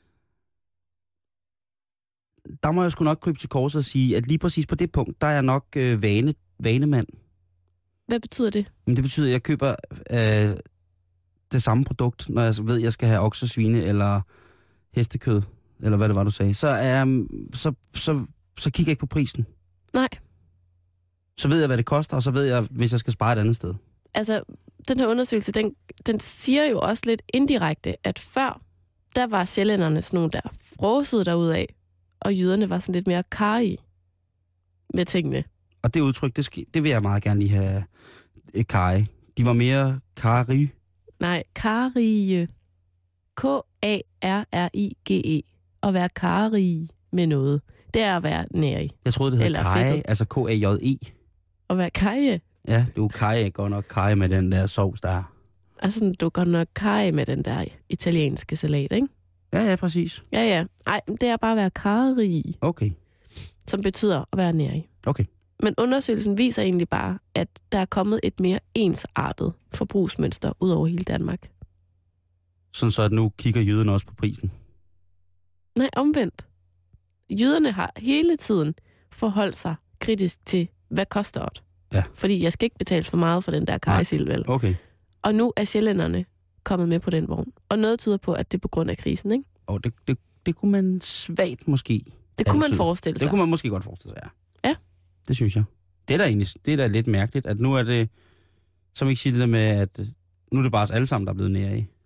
der må jeg sgu nok krybe til korset og sige, at lige præcis på det punkt, der er jeg nok øh, vane, vanemand. Hvad betyder det? Men Men det betyder, at jeg køber øh, det samme produkt, når jeg ved, at jeg skal have okse, svine eller hestekød, eller hvad det var, du sagde. Så, er, jeg- så, så, så kigger jeg ikke på prisen. Nej. Så ved jeg, hvad det koster, og så ved jeg, hvis jeg skal spare et andet sted. Altså, den her undersøgelse, den, den siger jo også lidt indirekte, at før, der var sjællænderne sådan nogle, der frosede derudad, og jyderne var sådan lidt mere karrige med tingene. Og det udtryk, det, skal, det vil jeg meget gerne lige have eh, karrige. De var mere karrige. Nej, karrige. K A R R I G E. At være karrige med noget. Det er at være nærig. Jeg troede, det hed Eller karrige, fedtet. altså K A J E. At være karrige. Ja, det er jo karrige, godt nok karrige med den der sovs der. Altså, du går nok karrige med den der italienske salat, ikke? Ja, ja, præcis. Ja, ja. Ej, det er bare at være karrige, Okay, som betyder at være nærig. okay. Men undersøgelsen viser egentlig bare, at der er kommet et mere ensartet forbrugsmønster ud over hele Danmark. Sådan så, at nu kigger jyderne også på prisen. Nej, omvendt. Jyderne har hele tiden forholdt sig kritisk til, hvad koster det? Ja. Fordi jeg skal ikke betale for meget for den der karrysild, vel? Okay. Og nu er sjællænderne kommet med på den vogn. Og noget tyder på, at det er på grund af krisen, ikke? Og det, det, det kunne man svagt måske. Det kunne man antyde. forestille sig. Det kunne man måske godt forestille sig, ja. Ja. Det synes jeg. Det er da egentlig det er da lidt mærkeligt, at nu er det, som ikke siger det der med, at nu er det bare os alle sammen, der er blevet nære i.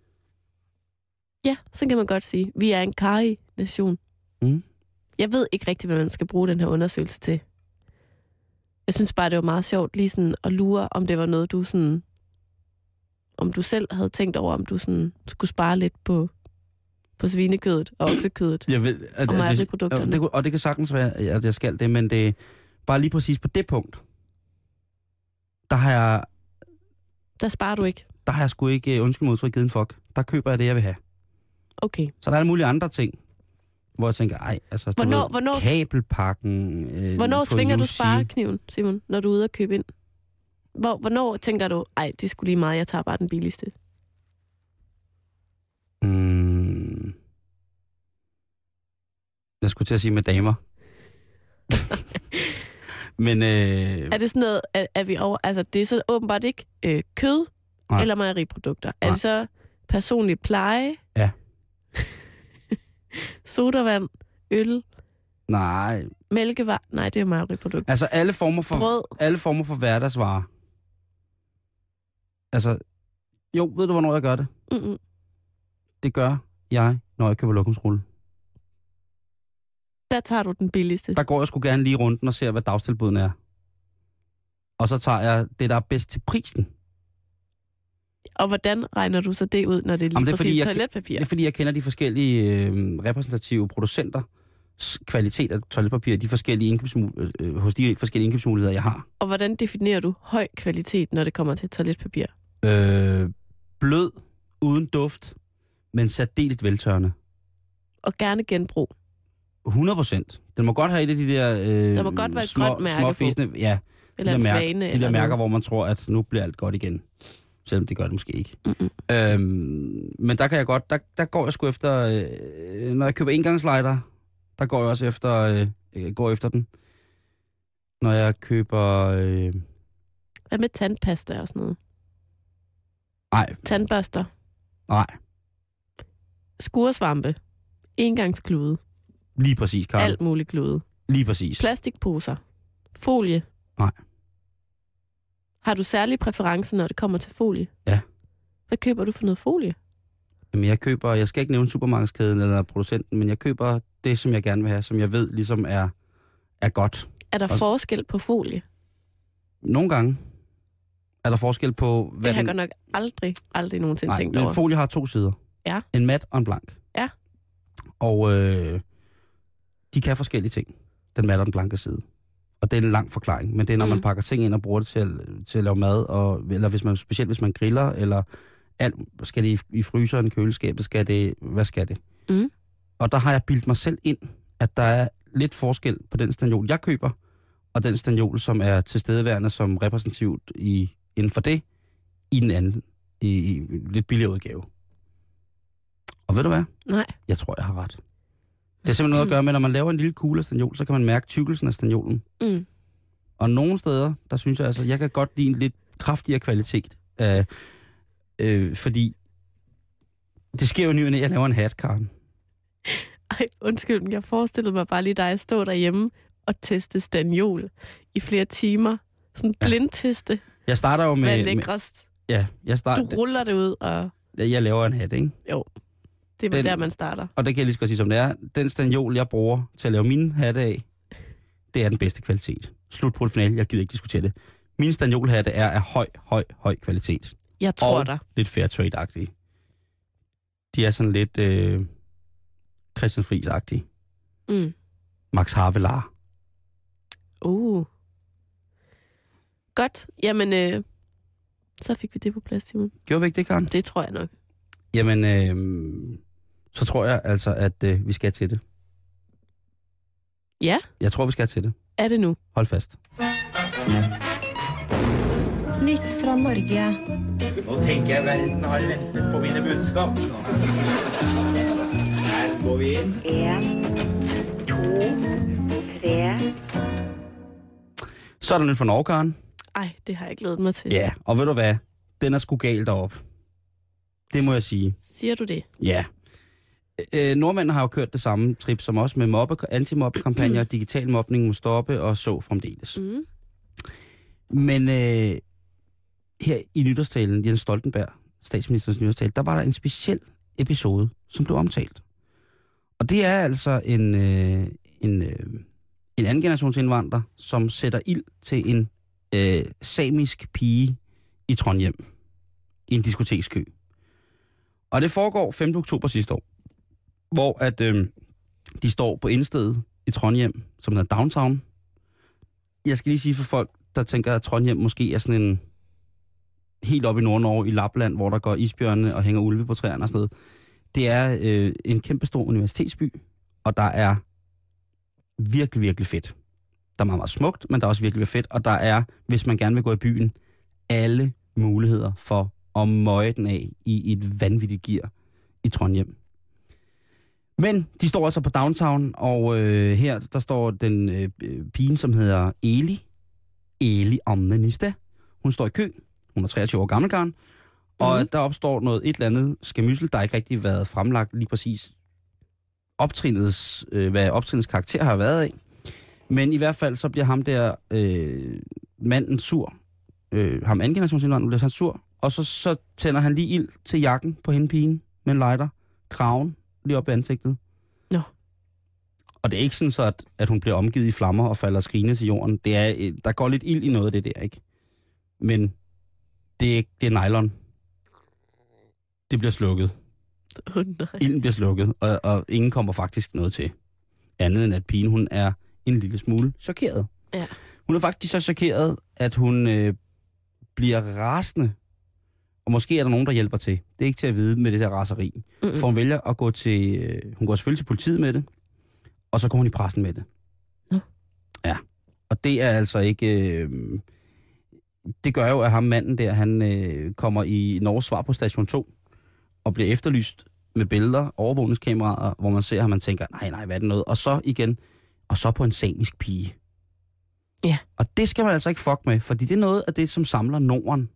Ja, så kan man godt sige. Vi er en karry-nation. Mm. Jeg ved ikke rigtig, hvad man skal bruge den her undersøgelse til. Jeg synes bare, det var meget sjovt lige sådan at lure, om det var noget, du sådan... Om du selv havde tænkt over, om du sådan skulle spare lidt på, på svinekødet og oksekødet. Jeg ved, at, Og at, mejeriprodukterne. og, det, og det kan sagtens være, at jeg skal det, men det er bare lige præcis på det punkt, der har jeg, Der sparer du ikke. der har jeg sgu ikke, undskyld mig udtryk, givet en fuck. Der køber jeg det, jeg vil have. Okay. Så der er alle mulige andre ting, hvor jeg tænker, ej, altså, du Hvornår- ved, hvornår- kabelpakken... Øh, Hvornår på svinger U du C. sparekniven, Simon, når du er ude at købe ind? Hvor, hvornår tænker du, ej, det skulle lige meget, jeg tager bare den billigste? Mm. Jeg skulle til at sige med damer. Men... Øh, Er det sådan noget, er, er vi over... Altså, det er så åbenbart ikke øh, kød Nej. eller mejeriprodukter. Er Nej. det så personlig pleje? Ja. Sodavand, øl, nej, mælkevarer? Nej, det er mejeriprodukter. altså alle former for, Brød. alle former for hverdagsvarer. Altså, jo, ved du, hvornår jeg gør det? Mm-mm. Det gør jeg, når jeg køber lokumsrulle. Der tager du den billigste. Der går jeg sgu gerne lige rundt og ser, hvad dagstilbuden er. Og så tager jeg det, der er bedst til prisen. Og hvordan regner du så det ud, når det er lige Jamen, det er, præcis fordi jeg- toiletpapir? Det er, fordi jeg kender de forskellige øh, repræsentative producenter kvalitet af toiletpapir, de forskellige indkøbsmul- øh, hos de forskellige indkøbsmuligheder, jeg har. Og hvordan definerer du høj kvalitet, når det kommer til toiletpapir? Øh, blød, uden duft, men særdeles veltørrende. Og gerne genbrug. hundrede procent. Den må godt have et af de der øh, Der må godt være et små, grønt mærke små på. fæsende, ja, Eller de en der, mærke, svane. de eller der mærker, noget. hvor man tror, at nu bliver alt godt igen. Selvom det gør det måske ikke. Mm-mm. Øhm, men der kan jeg godt, der, der går jeg sgu efter, øh, når jeg køber engangslighter, der går jeg også efter, øh, jeg går efter den. Når jeg køber, øh, Hvad med tandpasta og sådan noget? nej, Tandbørster. nej, Skuresvampe. Engangsklude. lige præcis, Karl. Alt muligt klude. Lige præcis. Plastikposer. Folie. Nej. Har du særlige præferencer, når det kommer til folie? Ja. Hvad køber du for noget folie? Jamen, jeg køber, jeg skal ikke nævne supermarkedskæden eller producenten, men jeg køber det, som jeg gerne vil have, som jeg ved ligesom er, er godt. Er der Og- forskel på folie? Nogle gange er der forskel på, hvad Det har jeg den... godt nok aldrig, aldrig nogensinde Nej, tænkt men over. folie har to sider. Ja. En mat og en blank. Ja. Og øh, de kan forskellige ting, den mat og den blanke side. Og det er en lang forklaring, men det er, når mm. man Mm. pakker ting ind og bruger det til at, til at lave mad, og, eller hvis man, specielt hvis man griller, eller alt, skal det i, i fryseren, i køleskabet, skal det, hvad skal det? Mm. Og der har jeg bildt mig selv ind, at der er lidt forskel på den stanniol, jeg køber, og den stanniol, som er tilstedeværende som repræsentativt i, inden for det, i den anden, i, i lidt billigere udgave. Og ved du hvad? Nej. Jeg tror, jeg har ret. Det er simpelthen noget at gøre med, når man laver en lille kugle af stanniol, så kan man mærke tykkelsen af staniolen. Mm. Og nogle steder, der synes jeg altså, jeg kan godt lide en lidt kraftigere kvalitet. Øh, øh, fordi det sker jo nyere, at jeg laver en hat, Karen. Ej, undskyld, men jeg forestillede mig bare lige dig stå derhjemme og teste staniol i flere timer Sådan en blindteste. Jeg starter jo med... Hvad er lækrest? Med, ja, jeg starter... Du ruller det ud, og... Jeg laver en hat, ikke? Jo, det er den, der, man starter. Og det kan jeg lige så godt sige, som det er. Den stanjol, jeg bruger til at lave mine hatte af, det er den bedste kvalitet. Slut på det finale, jeg gider ikke diskutere det. Mine stanjolhatte er af høj, høj, høj kvalitet. Jeg tror og dig. lidt fair trade-agtige. De er sådan lidt øh, Christian Friis-agtige. Mm. Max Havelaar. Uh. Godt. Jamen, øh, så fik vi det på plads, Simon. Gjorde vi ikke det, Karen? Det tror jeg nok. Jamen, øh, så tror jeg altså, at øh, vi skal til det. Ja? Jeg tror, vi skal til det. Er det nu? Hold fast. Nytt fra Norge. Nå tænker jeg, verden har ventet på mine budskap. Her går vi ind. En, to, tre. Så er der nyt fra Norge, Karen. Ej, det har jeg glædet mig til. Ja, og ved du hvad? Den er sgu galt deroppe. Det må jeg sige. Siger du det? Ja. Øh, nordmændene har jo kørt det samme trip som os med mobbe, anti-mobbe-kampagner, digital mobning må stoppe og så fremdeles. Mm. Men øh, her i nytårstalen, Jens Stoltenberg, statsministerens nytårstale, der var der en speciel episode, som blev omtalt. Og det er altså en, øh, en, øh, en anden generations indvandrer, som sætter ild til en øh, samisk pige i Trondheim i en diskotekskø. Og det foregår femte oktober sidste år, hvor at, øh, de står på indstedet i Trondheim, som hedder Downtown. Jeg skal lige sige for folk, der tænker, at Trondheim måske er sådan en helt oppe i Nord-Norge, i Lapland, hvor der går isbjørne og hænger ulve på træerne og sådan noget. Det er øh, en kæmpestor universitetsby, og der er virkelig, virkelig fedt. Der er meget, meget smukt, men der er også virkelig fedt, og der er, hvis man gerne vil gå i byen, alle muligheder for at møje den af i et vanvittigt gear i Trondheim. Men de står altså på Downtown, og øh, her der står den øh, pigen, som hedder Eli. Eli Amneniste. Hun står i kø. Hun er treogtyve år gammel, Karen. Og mm. der opstår noget et eller andet skamyssel, der ikke rigtig været fremlagt lige præcis optrinets, øh, hvad optrinets karakter har været af. Men i hvert fald så bliver ham der øh, manden sur. Øh, ham anden generationsindvandrer bliver han sur. Og så, så tænder han lige ild til jakken på hende pigen med en lighter. Kraven lige op i ansigtet. Nå. Og det er ikke sådan så, at, at hun bliver omgivet i flammer og falder skrigende til jorden. Det er, der går lidt ild i noget af det der, ikke? Men det er ikke, det er nylon. Det bliver slukket. Oh, nej. Ilden bliver slukket, og, og ingen kommer faktisk noget til. Andet end at pigen, hun er en lille smule chokeret. Ja. Hun er faktisk så chokeret, at hun øh, bliver rasende. Og måske er der nogen, der hjælper til. Det er ikke til at vide med det der raseri. Mm-hmm. For hun vælger at gå til... Øh, hun går selvfølgelig til politiet med det, og så går hun i pressen med det. Nå. Ja. Og det er altså ikke... Øh, det gør jo, at ham manden der, han øh, kommer i Norges svar på station to, og bliver efterlyst med billeder, overvågningskameraer, hvor man ser, at man tænker, nej, nej, hvad er det noget? Og så igen, og så på en samisk pige. Ja. Og det skal man altså ikke fuck med, fordi det er noget af det, som samler Norden.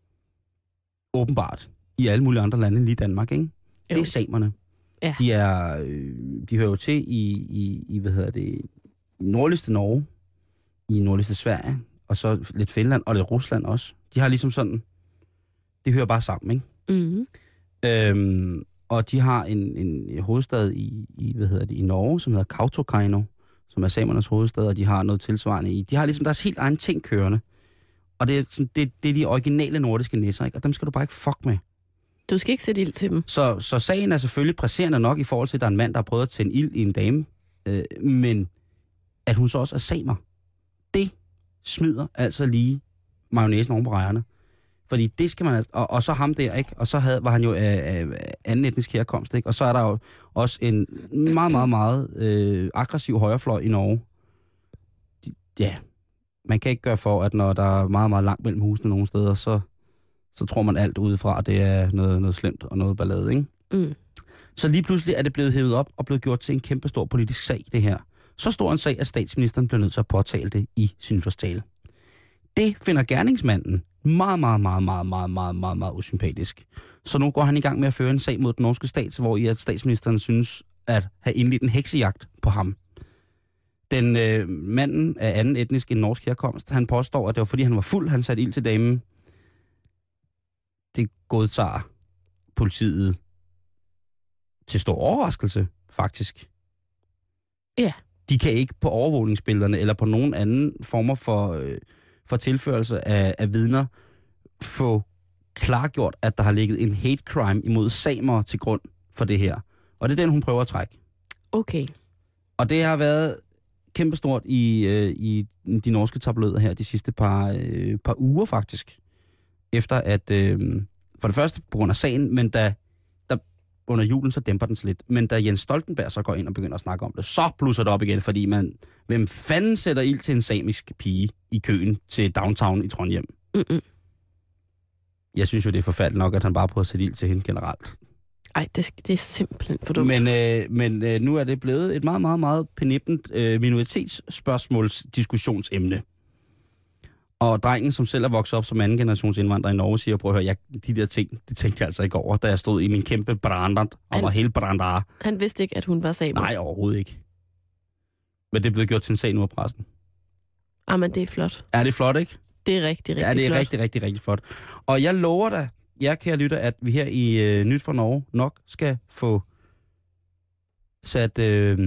Åbenbart. I alle mulige andre lande, lige Danmark, ikke? Jo. Det er samerne. Ja. De er, øh, de hører jo til i, i, i, hvad hedder det, i nordligste Norge, i nordligste Sverige, og så lidt Finland, og lidt Rusland også. De har ligesom sådan, de hører bare sammen, ikke? Mm-hmm. Øhm, og de har en, en hovedstad i, i, hvad hedder det, i Norge, som hedder Kautokeino, som er samernes hovedstad, og de har noget tilsvarende i. De har ligesom deres helt egen ting kørende. Og det er, sådan, det, det er de originale nordiske nisser, ikke? Og dem skal du bare ikke fuck med. Du skal ikke sætte ild til dem. Så, så sagen er selvfølgelig presserende nok i forhold til, at der er en mand, der har prøvet at tænde ild i en dame. Øh, men at hun så også er samer, det smider altså lige mayonnaisen oven på rejerne. Fordi det skal man altså, og, og så ham der, ikke? Og så havde, var han jo af, af anden etnisk herkomst, ikke? Og så er der jo også en meget, meget, meget øh, aggressiv højrefløj i Norge. De, ja, man kan ikke gøre for, at når der er meget, meget langt mellem husene nogle steder, så, så tror man alt udefra, at det er noget, noget slemt og noget ballade, ikke? Mm. Så lige pludselig er det blevet hævet op og blevet gjort til en kæmpe stor politisk sag, det her. Så stor en sag, at statsministeren bliver nødt til at påtale det i sin nytårstale. Det finder gerningsmanden meget, meget, meget, meget, meget, meget, meget, meget usympatisk. Så nu går han i gang med at føre en sag mod den norske stat, hvor i at statsministeren synes at have indledt en heksejagt på ham. Den øh, manden af anden etnisk end norsk herkomst, han påstår, at det var fordi, han var fuld, han satte ild til damen. Det godtager politiet til stor overraskelse, faktisk. Ja. De kan ikke på overvågningsbillederne eller på nogen anden former for, øh, for tilførelse af, af vidner få klargjort, at der har ligget en hate crime imod samer til grund for det her. Og det er den, hun prøver at trække. Okay. Og det har været kæmpestort i, øh, i de norske tabloider her de sidste par, øh, par uger faktisk. Efter at, øh, for det første på grund af sagen, men da, da under julen, så dæmper den sig lidt. Men da Jens Stoltenberg så går ind og begynder at snakke om det, så blusser det op igen, fordi man, hvem fanden sætter ild til en samisk pige i køen til downtown i Trondheim? Mm-mm. Jeg synes jo, det er forfærdeligt nok, at han bare prøver at sætte ild til hende generelt. Ej, det, det er simpelthen for dumt. Men, øh, men øh, nu er det blevet et meget, meget, meget penibent øh, minoritetsspørgsmålsdiskussionsemne. Og drengen, som selv er vokset op som anden generations indvandrer i Norge, siger, prøv at høre, jeg, de der ting, det tænkte jeg altså ikke over, da jeg stod i min kæmpe brandert og han, var helt brandar. Han vidste ikke, at hun var samer? Nej, overhovedet ikke. Men det er blevet gjort til en sag nu af pressen. Jamen, det er flot. Er det flot, ikke? Det er rigtig, rigtig flot. Ja, det er flot. rigtig, rigtig, rigtig flot. Og jeg lover dig, jeg kan lytte, at vi her i øh, Nyt fra Norge nok skal få sat... Øh,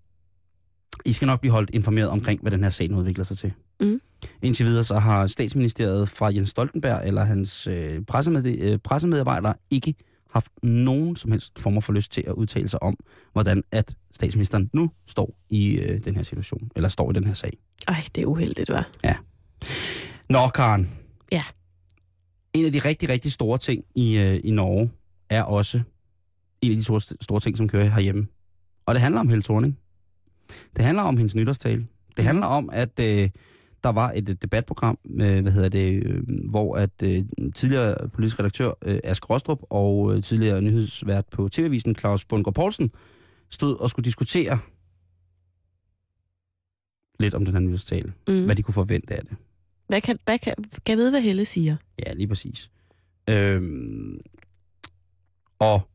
I skal nok blive holdt informeret omkring, hvad den her sag nu udvikler sig til. Mm. Indtil videre så har statsministeriet fra Jens Stoltenberg eller hans øh, pressemed, øh, pressemedarbejdere ikke haft nogen som helst former for lyst til at udtale sig om, hvordan at statsministeren nu står i øh, den her situation, eller står i den her sag. Ej, det er uheldigt, hva'? Ja. Nå, Karen. Ja. En af de rigtig, rigtig store ting i, øh, i Norge er også en af de store, store ting, som kører herhjemme. Og det handler om Helle Thorning. Det handler om hendes nytårstale. Det handler om, at øh, der var et, et debatprogram, øh, hvad hedder det, øh, hvor at øh, tidligere politisk redaktør øh, Asger Rostrup og øh, tidligere nyhedsvært på T V-avisen Claus Bundgaard Poulsen stod og skulle diskutere lidt om den her nytårstale. Mm. Hvad de kunne forvente af det. Hvad kan, hvad kan, kan jeg vide, hvad Helle siger? Ja, lige præcis. Øhm, og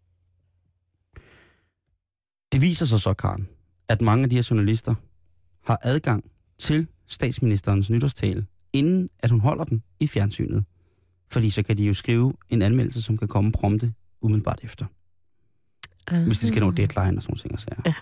det viser sig så, Karen, at mange af de her journalister har adgang til statsministerens nytårstale, inden at hun holder den i fjernsynet. Fordi så kan de jo skrive en anmeldelse, som kan komme prompte umiddelbart efter. Uh-huh. Hvis de skal nå deadline og sådan nogle ting. Ja.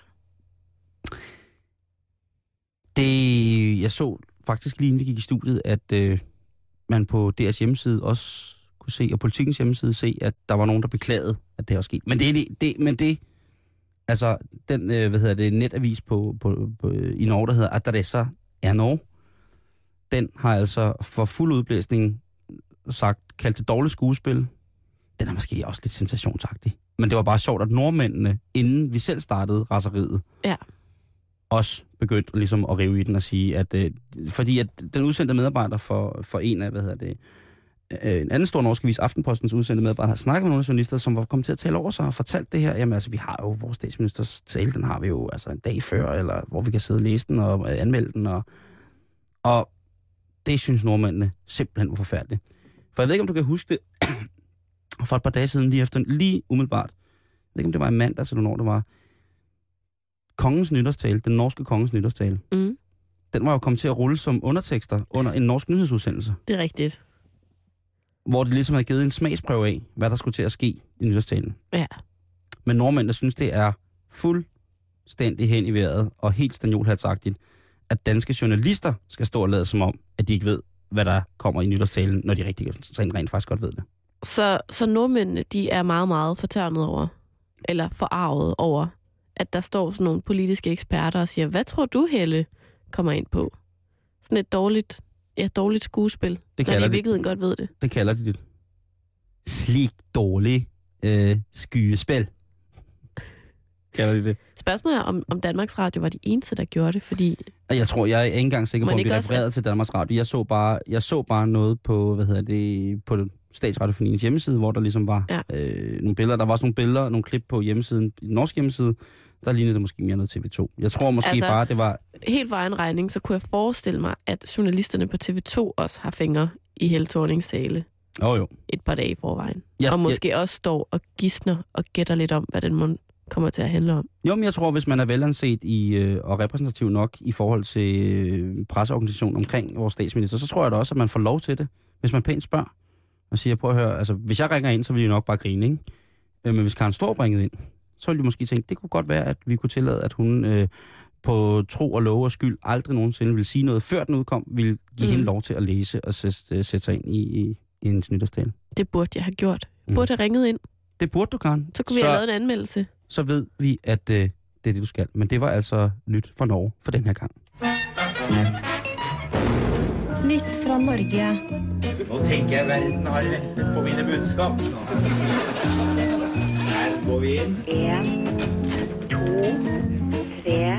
Det, jeg så faktisk lige inden vi gik i studiet, at øh, man på D R's hjemmeside også kunne se, og Politikens hjemmeside se, at der var nogen, der beklagede, at det var sket. Men det, det, det, men det altså, den, øh, hvad hedder det, netavis på, på, på, i Norge, der hedder Adressa er Norge, den har altså for fuld udblæsning sagt, kaldt det dårligt skuespil. Den er måske også lidt sensationsagtig. Men det var bare sjovt, at nordmændene, inden vi selv startede raseriet, ja. også begyndt ligesom at rive i den og sige, at øh, fordi at den udsendte medarbejder for, for en af, hvad hedder det, øh, en anden stor norsk avis, Aftenpostens udsendte medarbejder, har snakket med nogle journalister, som var kommet til at tale over sig og fortalt det her. Jamen altså, vi har jo vores statsministers tale, den har vi jo altså en dag før, eller hvor vi kan sidde og læse den og øh, anmelde den. Og, og det synes nordmændene simpelthen var forfærdeligt. For jeg ved ikke, om du kan huske det, for et par dage siden, lige efter, lige umiddelbart, jeg ved ikke, om det var i mandags eller når det var, kongens nytårstale, den norske kongens nytårstale, mm. den var jo kommet til at rulle som undertekster under en norsk nyhedsudsendelse. Det er rigtigt. Hvor det ligesom havde givet en smagsprøve af, hvad der skulle til at ske i nytårstalen. Ja. Men nordmændene synes, det er fuldstændig hen i vejret og helt stanjolhatsagtigt, at danske journalister skal stå og lade som om, at de ikke ved, hvad der kommer i nytårstalen, når de rigtig, rent faktisk godt ved det. Så, så nordmændene, de er meget, meget fortørnet over, eller forarvet over, at der står sådan nogle politiske eksperter og siger, hvad tror du, Helle, kommer ind på? Sådan et dårligt, ja, dårligt skuespil, det når de i virkeligheden godt ved det. Det kalder de det. Slik dårligt øh, skyespil. Kalder de det. Spørgsmålet er, om, om Danmarks Radio var de eneste, der gjorde det, fordi... Jeg tror, jeg er ikke engang sikker på, om de refererede også... til Danmarks Radio. Jeg så bare, jeg så bare noget på, hvad hedder det, på Statsradiofoniens hjemmeside, hvor der ligesom var ja. øh, nogle billeder. Der var også nogle billeder, nogle klip på hjemmesiden, i den norske hjemmeside, der lignede det måske mere noget T V to. Jeg tror måske altså, bare, det var... Helt for egen regning, så kunne jeg forestille mig, at journalisterne på T V to også har fingre i Helle Thornings tale. Oh, jo. Et par dage i forvejen. Ja, og måske ja. også står og gisner og gætter lidt om, hvad den må kommer til at handle om. Jo, men jeg tror, hvis man er velanset i, øh, og repræsentativ nok i forhold til øh, presseorganisationen omkring vores statsminister, så tror jeg da også, at man får lov til det, hvis man pænt spørger og siger, prøv at høre, altså hvis jeg ringer ind, så vil de nok bare grine, ikke? Øh, men hvis Karen Storm ringede ind, så ville de måske tænke, det kunne godt være, at vi kunne tillade, at hun øh, på tro og lov og skyld aldrig nogensinde ville sige noget, før den udkom, ville give mm. hende lov til at læse og sætte, sætte sig ind i, i, i en nytårstale. Det burde jeg have gjort. Mm. Burde have ringet ind. Det burde du, Karen. Så kunne vi så, have lavet en anmeldelse. Så ved vi, at øh, det er det, du skal. Men det var altså nyt fra Norge for den her gang. Nytt fra Norge. Nå tænker jeg, verden har ventet på mine budskab. Her går vi ind. En, to, tre.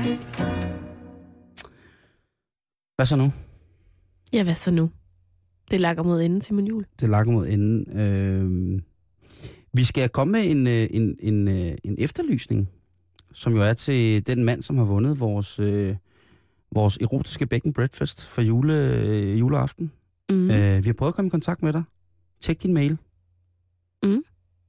Hvad så nu? Ja, hvad så nu? Det lakker mod enden, Simon Juhl. Det lakker mod enden. Øh, vi skal komme med en, en, en, en efterlysning, som jo er til den mand, som har vundet vores, øh, vores erotiske bacon breakfast for jule, øh, juleaften. Mm. Øh, vi har prøvet at komme i kontakt med dig. Tjek din mail. Mm.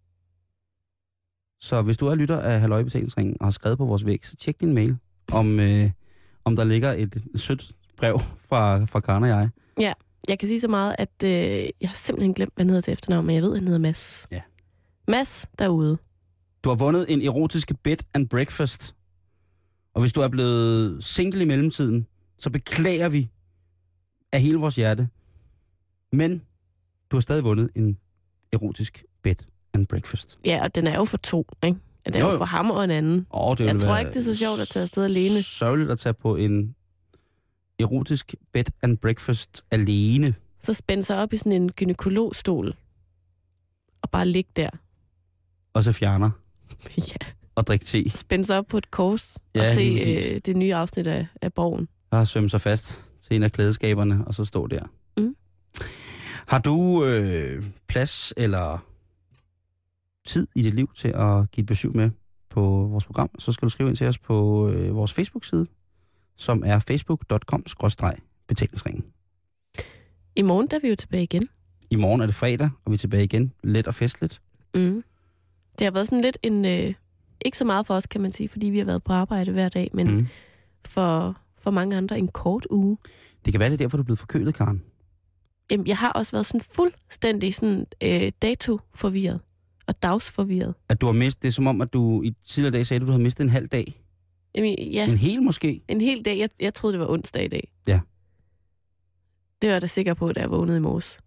Så hvis du er lytter af Halløj i Betalingsringen og har skrevet på vores væg, så tjek din mail, om, øh, om der ligger et sødt brev fra, fra Karen og jeg. Ja, jeg kan sige så meget, at øh, jeg har simpelthen glemt, hvad han hedder til efternavn, men jeg ved, at han hedder Mads. Ja. Mads derude. Du har vundet en erotisk bed and breakfast. Og hvis du er blevet single i mellemtiden, så beklager vi af hele vores hjerte. Men du har stadig vundet en erotisk bed and breakfast. Ja, og den er jo for to, ikke? Den er jo, jo for ham og en anden. Oh, det jeg tror ikke, det er så sjovt at tage afsted alene. Sørgeligt at tage på en erotisk bed and breakfast alene. Så spænde sig op i sådan en gynekologstol og bare ligge der. Og så fjerner. Ja. Og drikke te. Spænde sig op på et kors ja, og se øh, det nye afsnit af, af Borgen. Og sømme sig fast til en af klædeskaberne, og så stå der. Mm. Har du øh, plads eller tid i dit liv til at give et besøg med på vores program, så skal du skrive ind til os på øh, vores Facebook-side, som er facebook punktum com skråstreg betalingsringen. I morgen er vi jo tilbage igen. I morgen er det fredag, og vi er tilbage igen. Let og festligt. Mm. Det har været sådan lidt en... Øh, ikke så meget for os, kan man sige, fordi vi har været på arbejde hver dag, men mm. for, for mange andre en kort uge. Det kan være, det er derfor, du er blevet forkølet, Karen. Jamen, jeg har også været sådan fuldstændig sådan, øh, dato-forvirret og dagsforvirret. At du har mistet, det er som om, at du i tidligere dag sagde, at du havde mistet en halv dag. Jamen, ja. En hel måske? En hel dag. Jeg, jeg troede, det var onsdag i dag. Ja. Det var jeg da sikker på, da jeg vågnede i morges.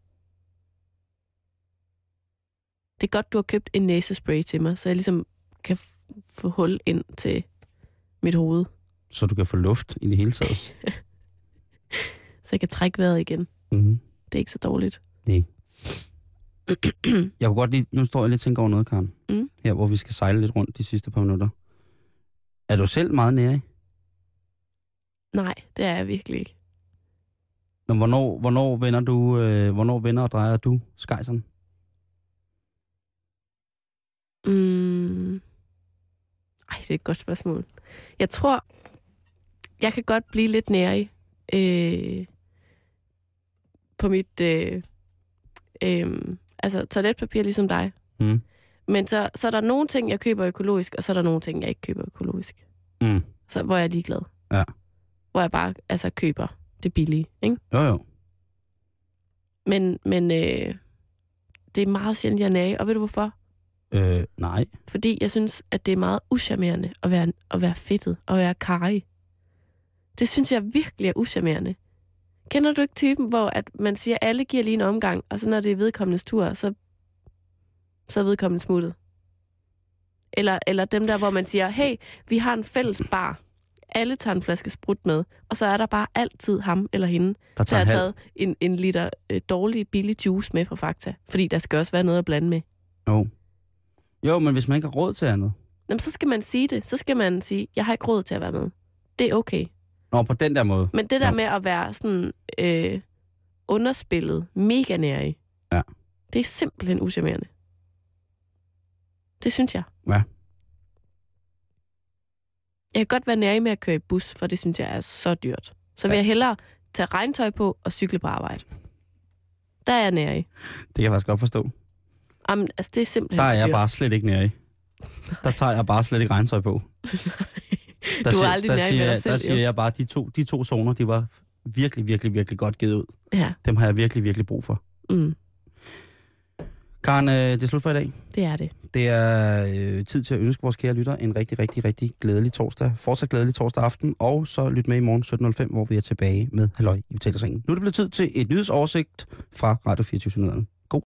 Det er godt, du har købt en næsespray til mig, så jeg ligesom kan f- få hul ind til mit hoved. Så du kan få luft i det hele taget? Så jeg kan trække vejret igen. Mm-hmm. Det er ikke så dårligt. Nej. Jeg kunne godt lige, nu står jeg lidt og tænker over noget, Karen. Mm. Her, hvor vi skal sejle lidt rundt de sidste par minutter. Er du selv meget nære? Nej, det er jeg virkelig ikke. Nå, hvornår, hvornår vender du, øh, hvornår vender og drejer du skejseren? Mm. Ej, det er et godt spørgsmål. Jeg tror, jeg kan godt blive lidt nærig øh, på mit øh, øh, altså toiletpapir ligesom dig. Mm. Men så, så er der nogle ting, jeg køber økologisk, og så er der nogle ting, jeg ikke køber økologisk. Mm. Så hvor jeg er ligeglad. Ja. Hvor jeg bare altså køber det billige, ikke? Jo, jo. Men, men øh, det er meget sjældent, jeg er nærig. Og ved du hvorfor? Øh, nej. Fordi jeg synes, at det er meget uschammerende at være, at være fedtet og være karrig. Det synes jeg virkelig er uschammerende. Kender du ikke typen, hvor at man siger, at alle giver lige en omgang, og så når det er vedkommendes tur, så, så er vedkommende smuttet? Eller, eller dem der, hvor man siger, hey, vi har en fælles bar. Alle tager en flaske sprut med, og så er der bare altid ham eller hende, der, der har taget en, en liter øh, dårlig, billig juice med fra Fakta. Fordi der skal også være noget at blande med. Jo. Jo, men hvis man ikke har råd til andet. Jamen, så skal man sige det. Så skal man sige, jeg har ikke råd til at være med. Det er okay. Nå, på den der måde. Men det der ja. med at være sådan øh, underspillet, mega nærig, ja. Det er simpelthen uschammerende. Det synes jeg. Ja. Jeg kan godt være nærig med at køre i bus, for det synes jeg er så dyrt. Så vil ja. jeg hellere tage regntøj på og cykle på arbejde. Der er jeg nærig. Det kan jeg faktisk godt forstå. Jamen, altså, det er simpelthen Der er jeg dyrt. bare slet ikke nærig. der tager jeg bare slet ikke regntøj på. Der Du er siger, aldrig der nær siger, med dig jeg- selv, Der siger jo. jeg bare, de to, de to zoner, de var virkelig, virkelig, virkelig godt givet ud. Ja, Dem har jeg virkelig, virkelig brug for. mm, Karen, øh, det er slut for i dag. det er det. Det er øh, tid til at ønske vores kære lytter en rigtig, rigtig, rigtig glædelig torsdag. Fortsat glædelig torsdag aften, og så lyt med i morgen sytten nul fem, hvor vi er tilbage med Halløj i Betalingsringen. Nu er det blevet tid til et nyhedsoversigt fra Radio fireogtyve.